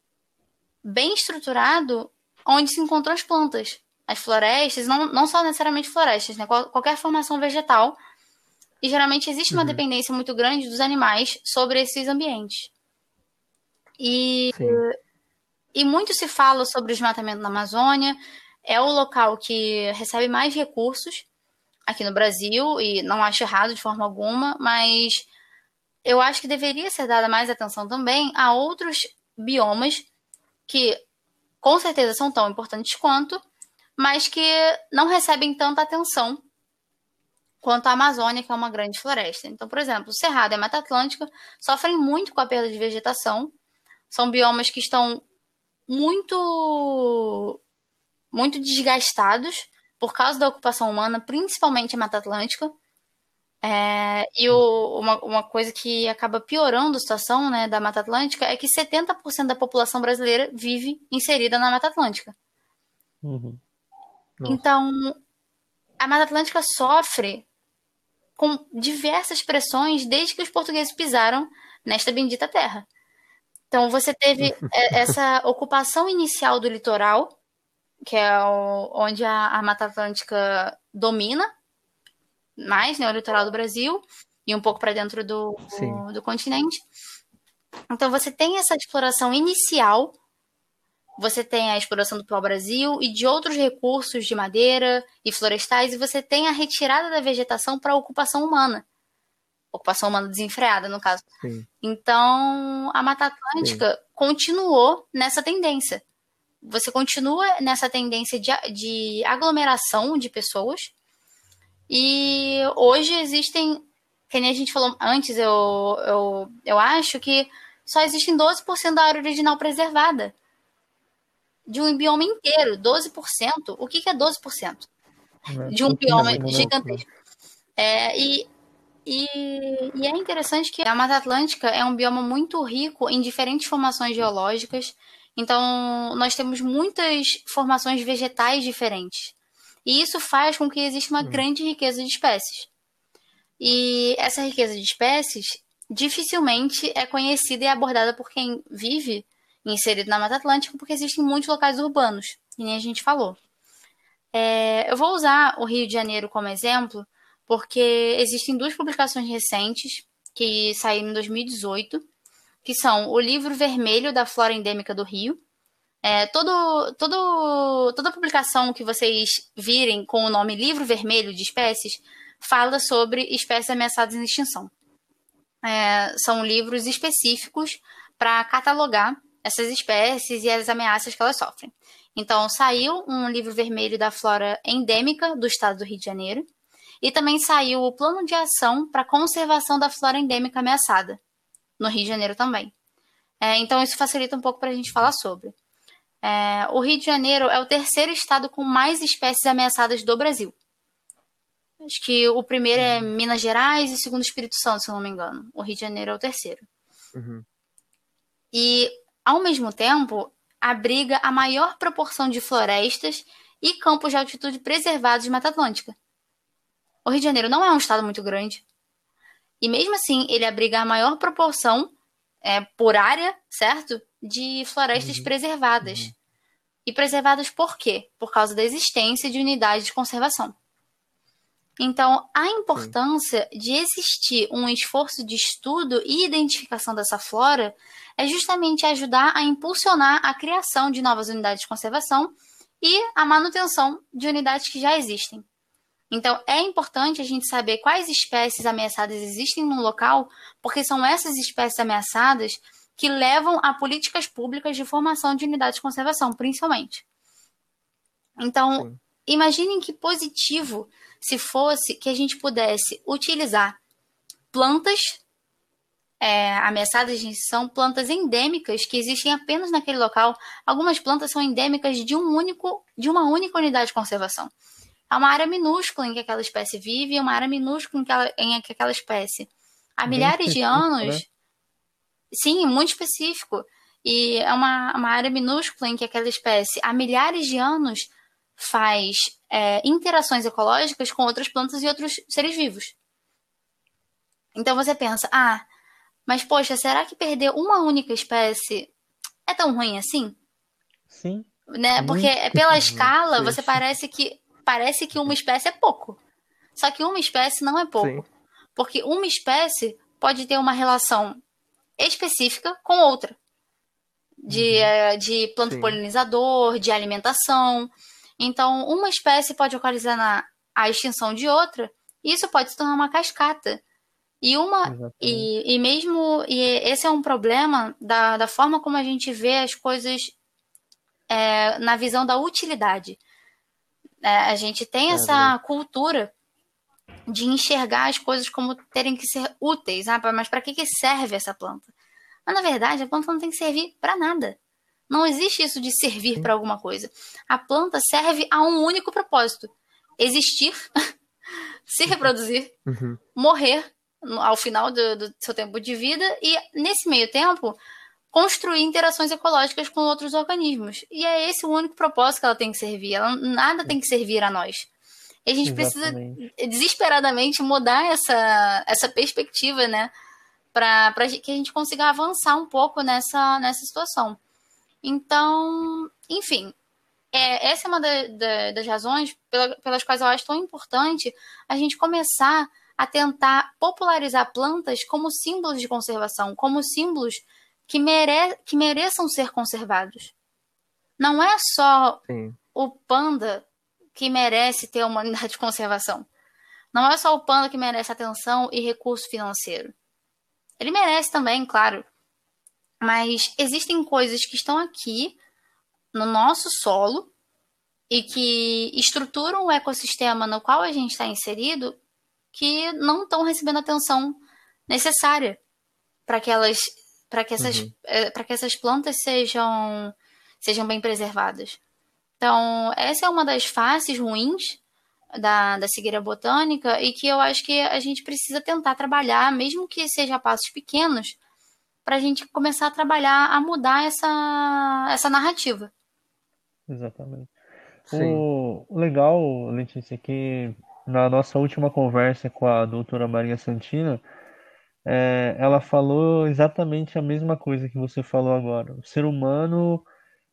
bem estruturado onde se encontram as plantas. As florestas, não, não só necessariamente florestas, né? Qual, qualquer formação vegetal. E geralmente existe uma uhum. dependência muito grande dos animais sobre esses ambientes. E, e muito se fala sobre o desmatamento na Amazônia. É o local que recebe mais recursos aqui no Brasil, e não acho errado de forma alguma, mas eu acho que deveria ser dada mais atenção também a outros biomas que com certeza são tão importantes quanto, mas que não recebem tanta atenção quanto a Amazônia, que é uma grande floresta. Então, por exemplo, o Cerrado e a Mata Atlântica sofrem muito com a perda de vegetação. São biomas que estão muito... muito desgastados por causa da ocupação humana, principalmente a Mata Atlântica. É, e o, uma, uma coisa que acaba piorando a situação, né, da Mata Atlântica é que setenta por cento da população brasileira vive inserida na Mata Atlântica. Uhum. Então, a Mata Atlântica sofre com diversas pressões desde que os portugueses pisaram nesta bendita terra. Então, você teve essa ocupação inicial do litoral, que é o, onde a, a Mata Atlântica domina mais, né, o litoral do Brasil e um pouco para dentro do, do, do continente. Então você tem essa exploração inicial, você tem a exploração do pau-brasil e de outros recursos de madeira e florestais, e você tem a retirada da vegetação para a ocupação humana. Ocupação humana desenfreada, no caso. Sim. Então, a Mata Atlântica Sim. continuou nessa tendência. Você continua nessa tendência de, de aglomeração de pessoas. E hoje existem, que nem a gente falou antes, eu, eu, eu acho que só existem doze por cento da área original preservada. De um bioma inteiro, doze por cento. O que, que é doze por cento? De um bioma gigantesco. É, e, e, e é interessante que a Mata Atlântica é um bioma muito rico em diferentes formações geológicas. Então, nós temos muitas formações vegetais diferentes. E isso faz com que exista uma hum. grande riqueza de espécies. E essa riqueza de espécies dificilmente é conhecida e abordada por quem vive inserido na Mata Atlântica, porque existem muitos locais urbanos, que nem a gente falou. É, eu vou usar o Rio de Janeiro como exemplo, porque existem duas publicações recentes que saíram em dois mil e dezoito, que são o livro vermelho da Flora Endêmica do Rio. É, todo, todo, toda publicação que vocês virem com o nome Livro Vermelho de Espécies fala sobre espécies ameaçadas em extinção. É, são livros específicos para catalogar essas espécies e as ameaças que elas sofrem. Então, saiu um livro vermelho da flora endêmica do estado do Rio de Janeiro e também saiu o Plano de Ação para a Conservação da Flora Endêmica Ameaçada, no Rio de Janeiro também. É, então, isso facilita um pouco para a gente falar sobre. É, o Rio de Janeiro é o terceiro estado com mais espécies ameaçadas do Brasil. Acho que o primeiro é Minas Gerais e o segundo Espírito Santo, se eu não me engano. O Rio de Janeiro é o terceiro. Uhum. E, ao mesmo tempo, abriga a maior proporção de florestas e campos de altitude preservados de Mata Atlântica. O Rio de Janeiro não é um estado muito grande. E, mesmo assim, ele abriga a maior proporção, é, por área, certo? De florestas uhum. preservadas. Uhum. E preservadas por quê? Por causa da existência de unidades de conservação. Então, a importância Sim. de existir um esforço de estudo e identificação dessa flora é justamente ajudar a impulsionar a criação de novas unidades de conservação e a manutenção de unidades que já existem. Então, é importante a gente saber quais espécies ameaçadas existem no local, porque são essas espécies ameaçadas que levam a políticas públicas de formação de unidades de conservação, principalmente. Então, Sim. imaginem que positivo se fosse que a gente pudesse utilizar plantas é, ameaçadas de extinção, plantas endêmicas que existem apenas naquele local. Algumas plantas são endêmicas de, um único, de uma única unidade de conservação. Há uma área minúscula em que aquela espécie vive e uma área minúscula em que, ela, em que aquela espécie, há milhares de anos... Né? Sim, muito específico. E é uma, uma área minúscula em que aquela espécie, há milhares de anos, faz é, interações ecológicas com outras plantas e outros seres vivos. Então você pensa, ah, mas poxa, será que perder uma única espécie é tão ruim assim? Sim. Né? Porque pela escala, sim. você parece que, parece que uma espécie é pouco. Só que uma espécie não é pouco. Sim. Porque uma espécie pode ter uma relação específica com outra. De, uhum. de planta Sim. polinizador, de alimentação. Então, uma espécie pode ocasionar a extinção de outra, e isso pode se tornar uma cascata. E, uma, e, e mesmo e esse é um problema da, da forma como a gente vê as coisas é, na visão da utilidade. É, a gente tem é, essa é. cultura de enxergar as coisas como terem que ser úteis. Ah, mas para que, que serve essa planta? Mas, na verdade, a planta não tem que servir para nada. Não existe isso de servir para alguma coisa. A planta serve a um único propósito. Existir, se reproduzir, uhum. morrer ao final do, do seu tempo de vida e, nesse meio tempo, construir interações ecológicas com outros organismos. E é esse o único propósito que ela tem que servir. Ela, nada tem que servir a nós. E a gente Exatamente. precisa desesperadamente mudar essa, essa perspectiva, né? Para que a gente consiga avançar um pouco nessa, nessa situação. Então, enfim, é, essa é uma da, da, das razões pela, pelas quais eu acho tão importante a gente começar a tentar popularizar plantas como símbolos de conservação, como símbolos que, mere, que mereçam ser conservados. Não é só Sim. o panda que merece ter uma unidade de conservação. Não é só o panda que merece atenção e recurso financeiro. Ele merece também, claro. Mas existem coisas que estão aqui no nosso solo e que estruturam o ecossistema no qual a gente está inserido que não estão recebendo a atenção necessária para que elas para que essas, Uhum. para que essas plantas sejam, sejam bem preservadas. Então, essa é uma das faces ruins da, da cegueira botânica e que eu acho que a gente precisa tentar trabalhar, mesmo que seja a passos pequenos, para a gente começar a trabalhar, a mudar essa, essa narrativa. Exatamente. Sim. O o legal, Letícia, é que na nossa última conversa com a doutora Maria Santina, é, ela falou exatamente a mesma coisa que você falou agora. O ser humano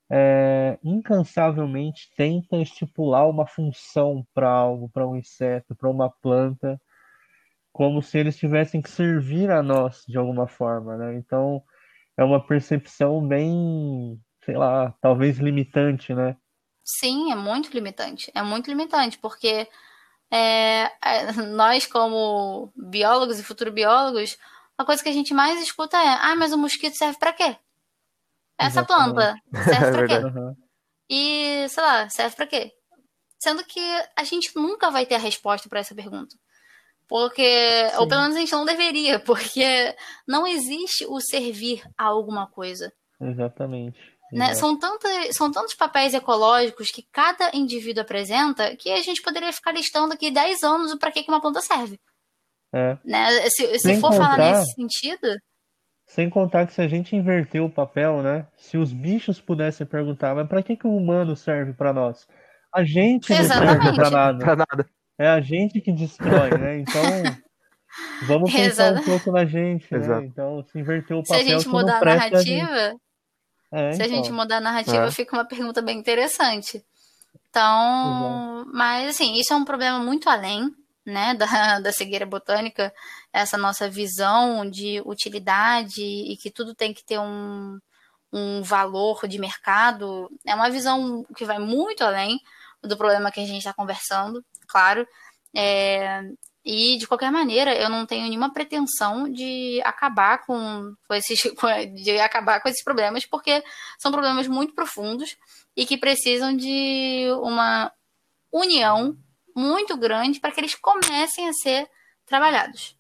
é, incansavelmente tenta estipular uma função para algo, para um inseto, para uma planta, como se eles tivessem que servir a nós de alguma forma, né? Então, é uma percepção bem, sei lá, talvez limitante, né? Sim, é muito limitante. É muito limitante, porque é, é, nós, como biólogos e futuros biólogos, a coisa que a gente mais escuta é: ah, mas o mosquito serve para quê? Essa Exatamente. planta serve É para quê? verdade. Aham. E, sei lá, serve para quê? Sendo que a gente nunca vai ter a resposta para essa pergunta. Porque, ou pelo menos a gente não deveria, porque não existe o servir a alguma coisa. Exatamente. Né? Exato. São, tantos, são tantos papéis ecológicos que cada indivíduo apresenta que a gente poderia ficar listando aqui dez anos para que que uma planta serve. É. Né? Se, se Sem for falar contar, nesse sentido, sem contar que se a gente inverter o papel, né? Se os bichos pudessem perguntar, mas para que que o humano serve para nós? A gente não serve para exatamente. nada. Pra nada. É a gente que destrói, né? Então, vamos pensar um Exato. pouco na gente, né? Exato. Então, se inverter o Se a papel, gente só não mudar a presta a gente. narrativa, É, se a gente então. mudar a narrativa, É. fica uma pergunta bem interessante. Exato. Então, mas assim, isso é um problema muito além, né, da, da cegueira botânica, essa nossa visão de utilidade e que tudo tem que ter um, um valor de mercado, é uma visão que vai muito além do problema que a gente está conversando, claro. É, e, de qualquer maneira, eu não tenho nenhuma pretensão de acabar com, com esses, de acabar com esses problemas, porque são problemas muito profundos e que precisam de uma união muito grande para que eles comecem a ser trabalhados.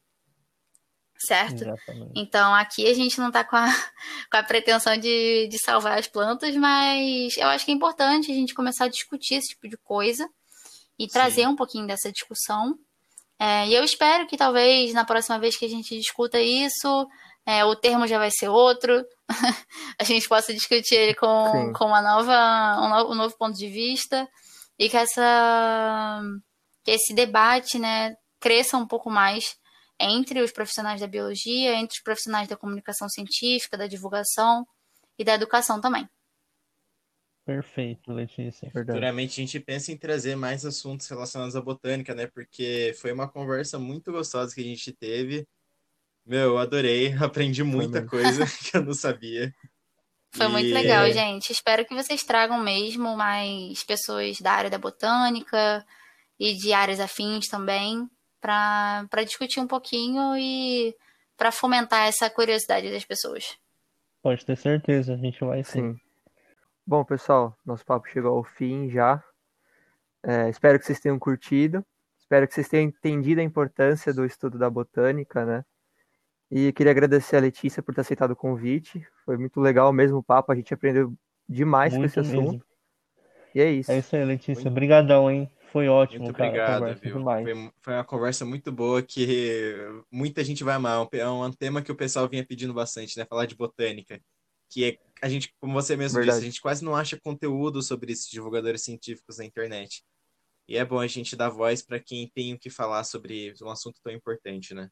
Certo? Exatamente. Então, aqui a gente não está com a, com a pretensão de, de salvar as plantas, mas eu acho que é importante a gente começar a discutir esse tipo de coisa e Sim. trazer um pouquinho dessa discussão. É, e eu espero que talvez na próxima vez que a gente discuta isso, é, o termo já vai ser outro, a gente possa discutir ele com, Sim. com uma nova, um, novo, um novo ponto de vista e que, essa, que esse debate, né, cresça um pouco mais entre os profissionais da biologia, entre os profissionais da comunicação científica, da divulgação e da educação também. Perfeito, Letícia. Verdade. Futuramente a gente pensa em trazer mais assuntos relacionados à botânica, né? Porque foi uma conversa muito gostosa que a gente teve. Meu, eu adorei, aprendi muita mesmo. coisa que eu não sabia. Foi E- muito legal, gente. Espero que vocês tragam mesmo mais pessoas da área da botânica e de áreas afins também, para discutir um pouquinho e para fomentar essa curiosidade das pessoas. Pode ter certeza, a gente vai sim. Sim. Bom, pessoal, nosso papo chegou ao fim já. É, espero que vocês tenham curtido. Espero que vocês tenham entendido a importância do estudo da botânica, né? E queria agradecer a Letícia por ter aceitado o convite. Foi muito legal mesmo o papo, a gente aprendeu demais com Muito esse assunto. mesmo. E é isso. É isso aí, Letícia. Muito- Obrigadão, hein? Foi ótimo, Muito cara. obrigado, Conversa viu? demais. Foi, foi uma conversa muito boa que muita gente vai amar. É um tema que o pessoal vinha pedindo bastante, né? Falar de botânica. Que é, a gente, como você mesmo Verdade. disse, a gente quase não acha conteúdo sobre esses divulgadores científicos na internet. E é bom a gente dar voz para quem tem o que falar sobre um assunto tão importante, né?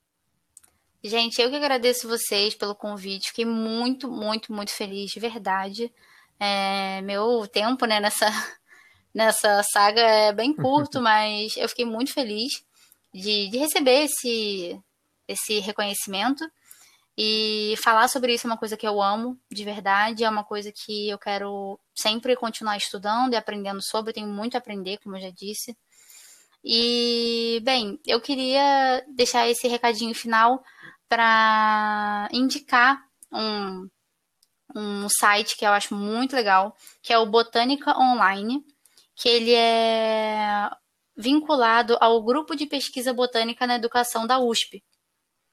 Gente, eu que agradeço vocês pelo convite. Fiquei muito, muito, muito feliz, de verdade. É, meu tempo, né, nessa, nessa saga é bem curto, mas eu fiquei muito feliz de, de receber esse, esse reconhecimento. E falar sobre isso é uma coisa que eu amo, de verdade. É uma coisa que eu quero sempre continuar estudando e aprendendo sobre. Eu tenho muito a aprender, como eu já disse. E, bem, eu queria deixar esse recadinho final para indicar um, um site que eu acho muito legal, que é o Botânica Online, que ele é vinculado ao grupo de pesquisa botânica na educação da U S P.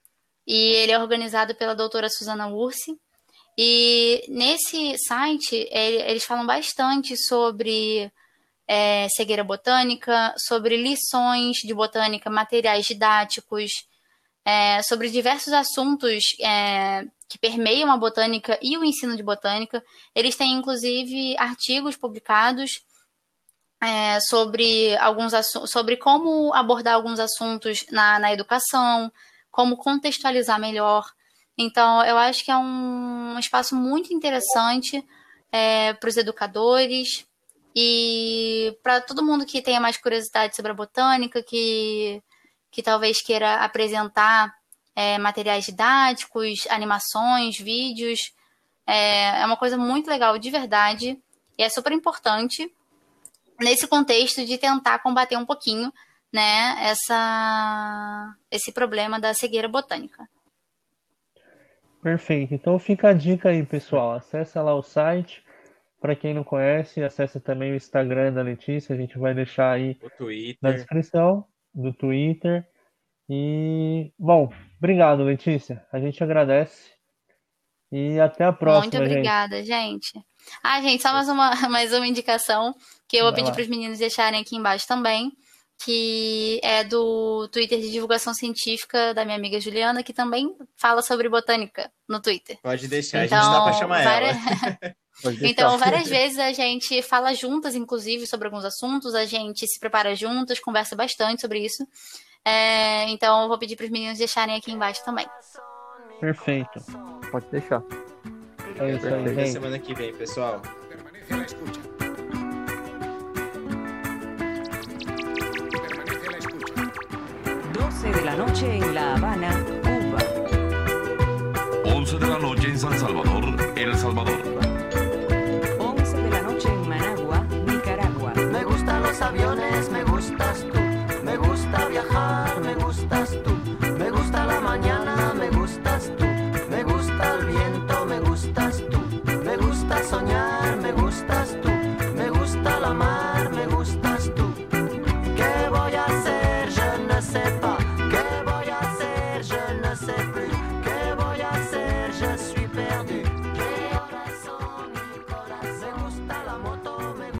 e ele é organizado pela doutora Susana Ursi. E nesse site, ele, eles falam bastante sobre é, cegueira botânica, sobre lições de botânica, materiais didáticos, é, sobre diversos assuntos é, que permeiam a botânica e o ensino de botânica. Eles têm, inclusive, artigos publicados é, sobre, alguns sobre como abordar alguns assuntos na, na educação, como contextualizar melhor. Então, eu acho que é um espaço muito interessante é, para os educadores e para todo mundo que tenha mais curiosidade sobre a botânica, que, que talvez queira apresentar é, materiais didáticos, animações, vídeos. É, é uma coisa muito legal, de verdade, e é super importante nesse contexto de tentar combater um pouquinho, né, essa, esse problema da cegueira botânica. Perfeito. Então fica a dica aí, pessoal. Acessa lá o site. Para quem não conhece, acessa também o Instagram da Letícia. A gente vai deixar aí na descrição do Twitter. E, bom, obrigado, Letícia. A gente agradece. E até a próxima, Muito obrigada, gente. gente. Ah, gente, só mais uma, mais uma indicação que eu vou pedir para os meninos deixarem aqui embaixo também, que é do Twitter de divulgação científica da minha amiga Juliana, que também fala sobre botânica no Twitter. Pode deixar, então, a gente dá para chamar várias... ela. Então, várias vezes a gente fala juntas, inclusive, sobre alguns assuntos, a gente se prepara juntas, conversa bastante sobre isso. É, então, eu vou pedir para os meninos deixarem aqui embaixo também. Perfeito. Pode deixar. É isso aí, Até gente. semana que vem, pessoal. doce de la noche en La Habana, Cuba. once de la noche en San Salvador, El Salvador. once de la noche en Managua, Nicaragua. Me gustan los aviones, me gustas tú. Me gusta viajar, me gustas tú. Me gusta la mañana.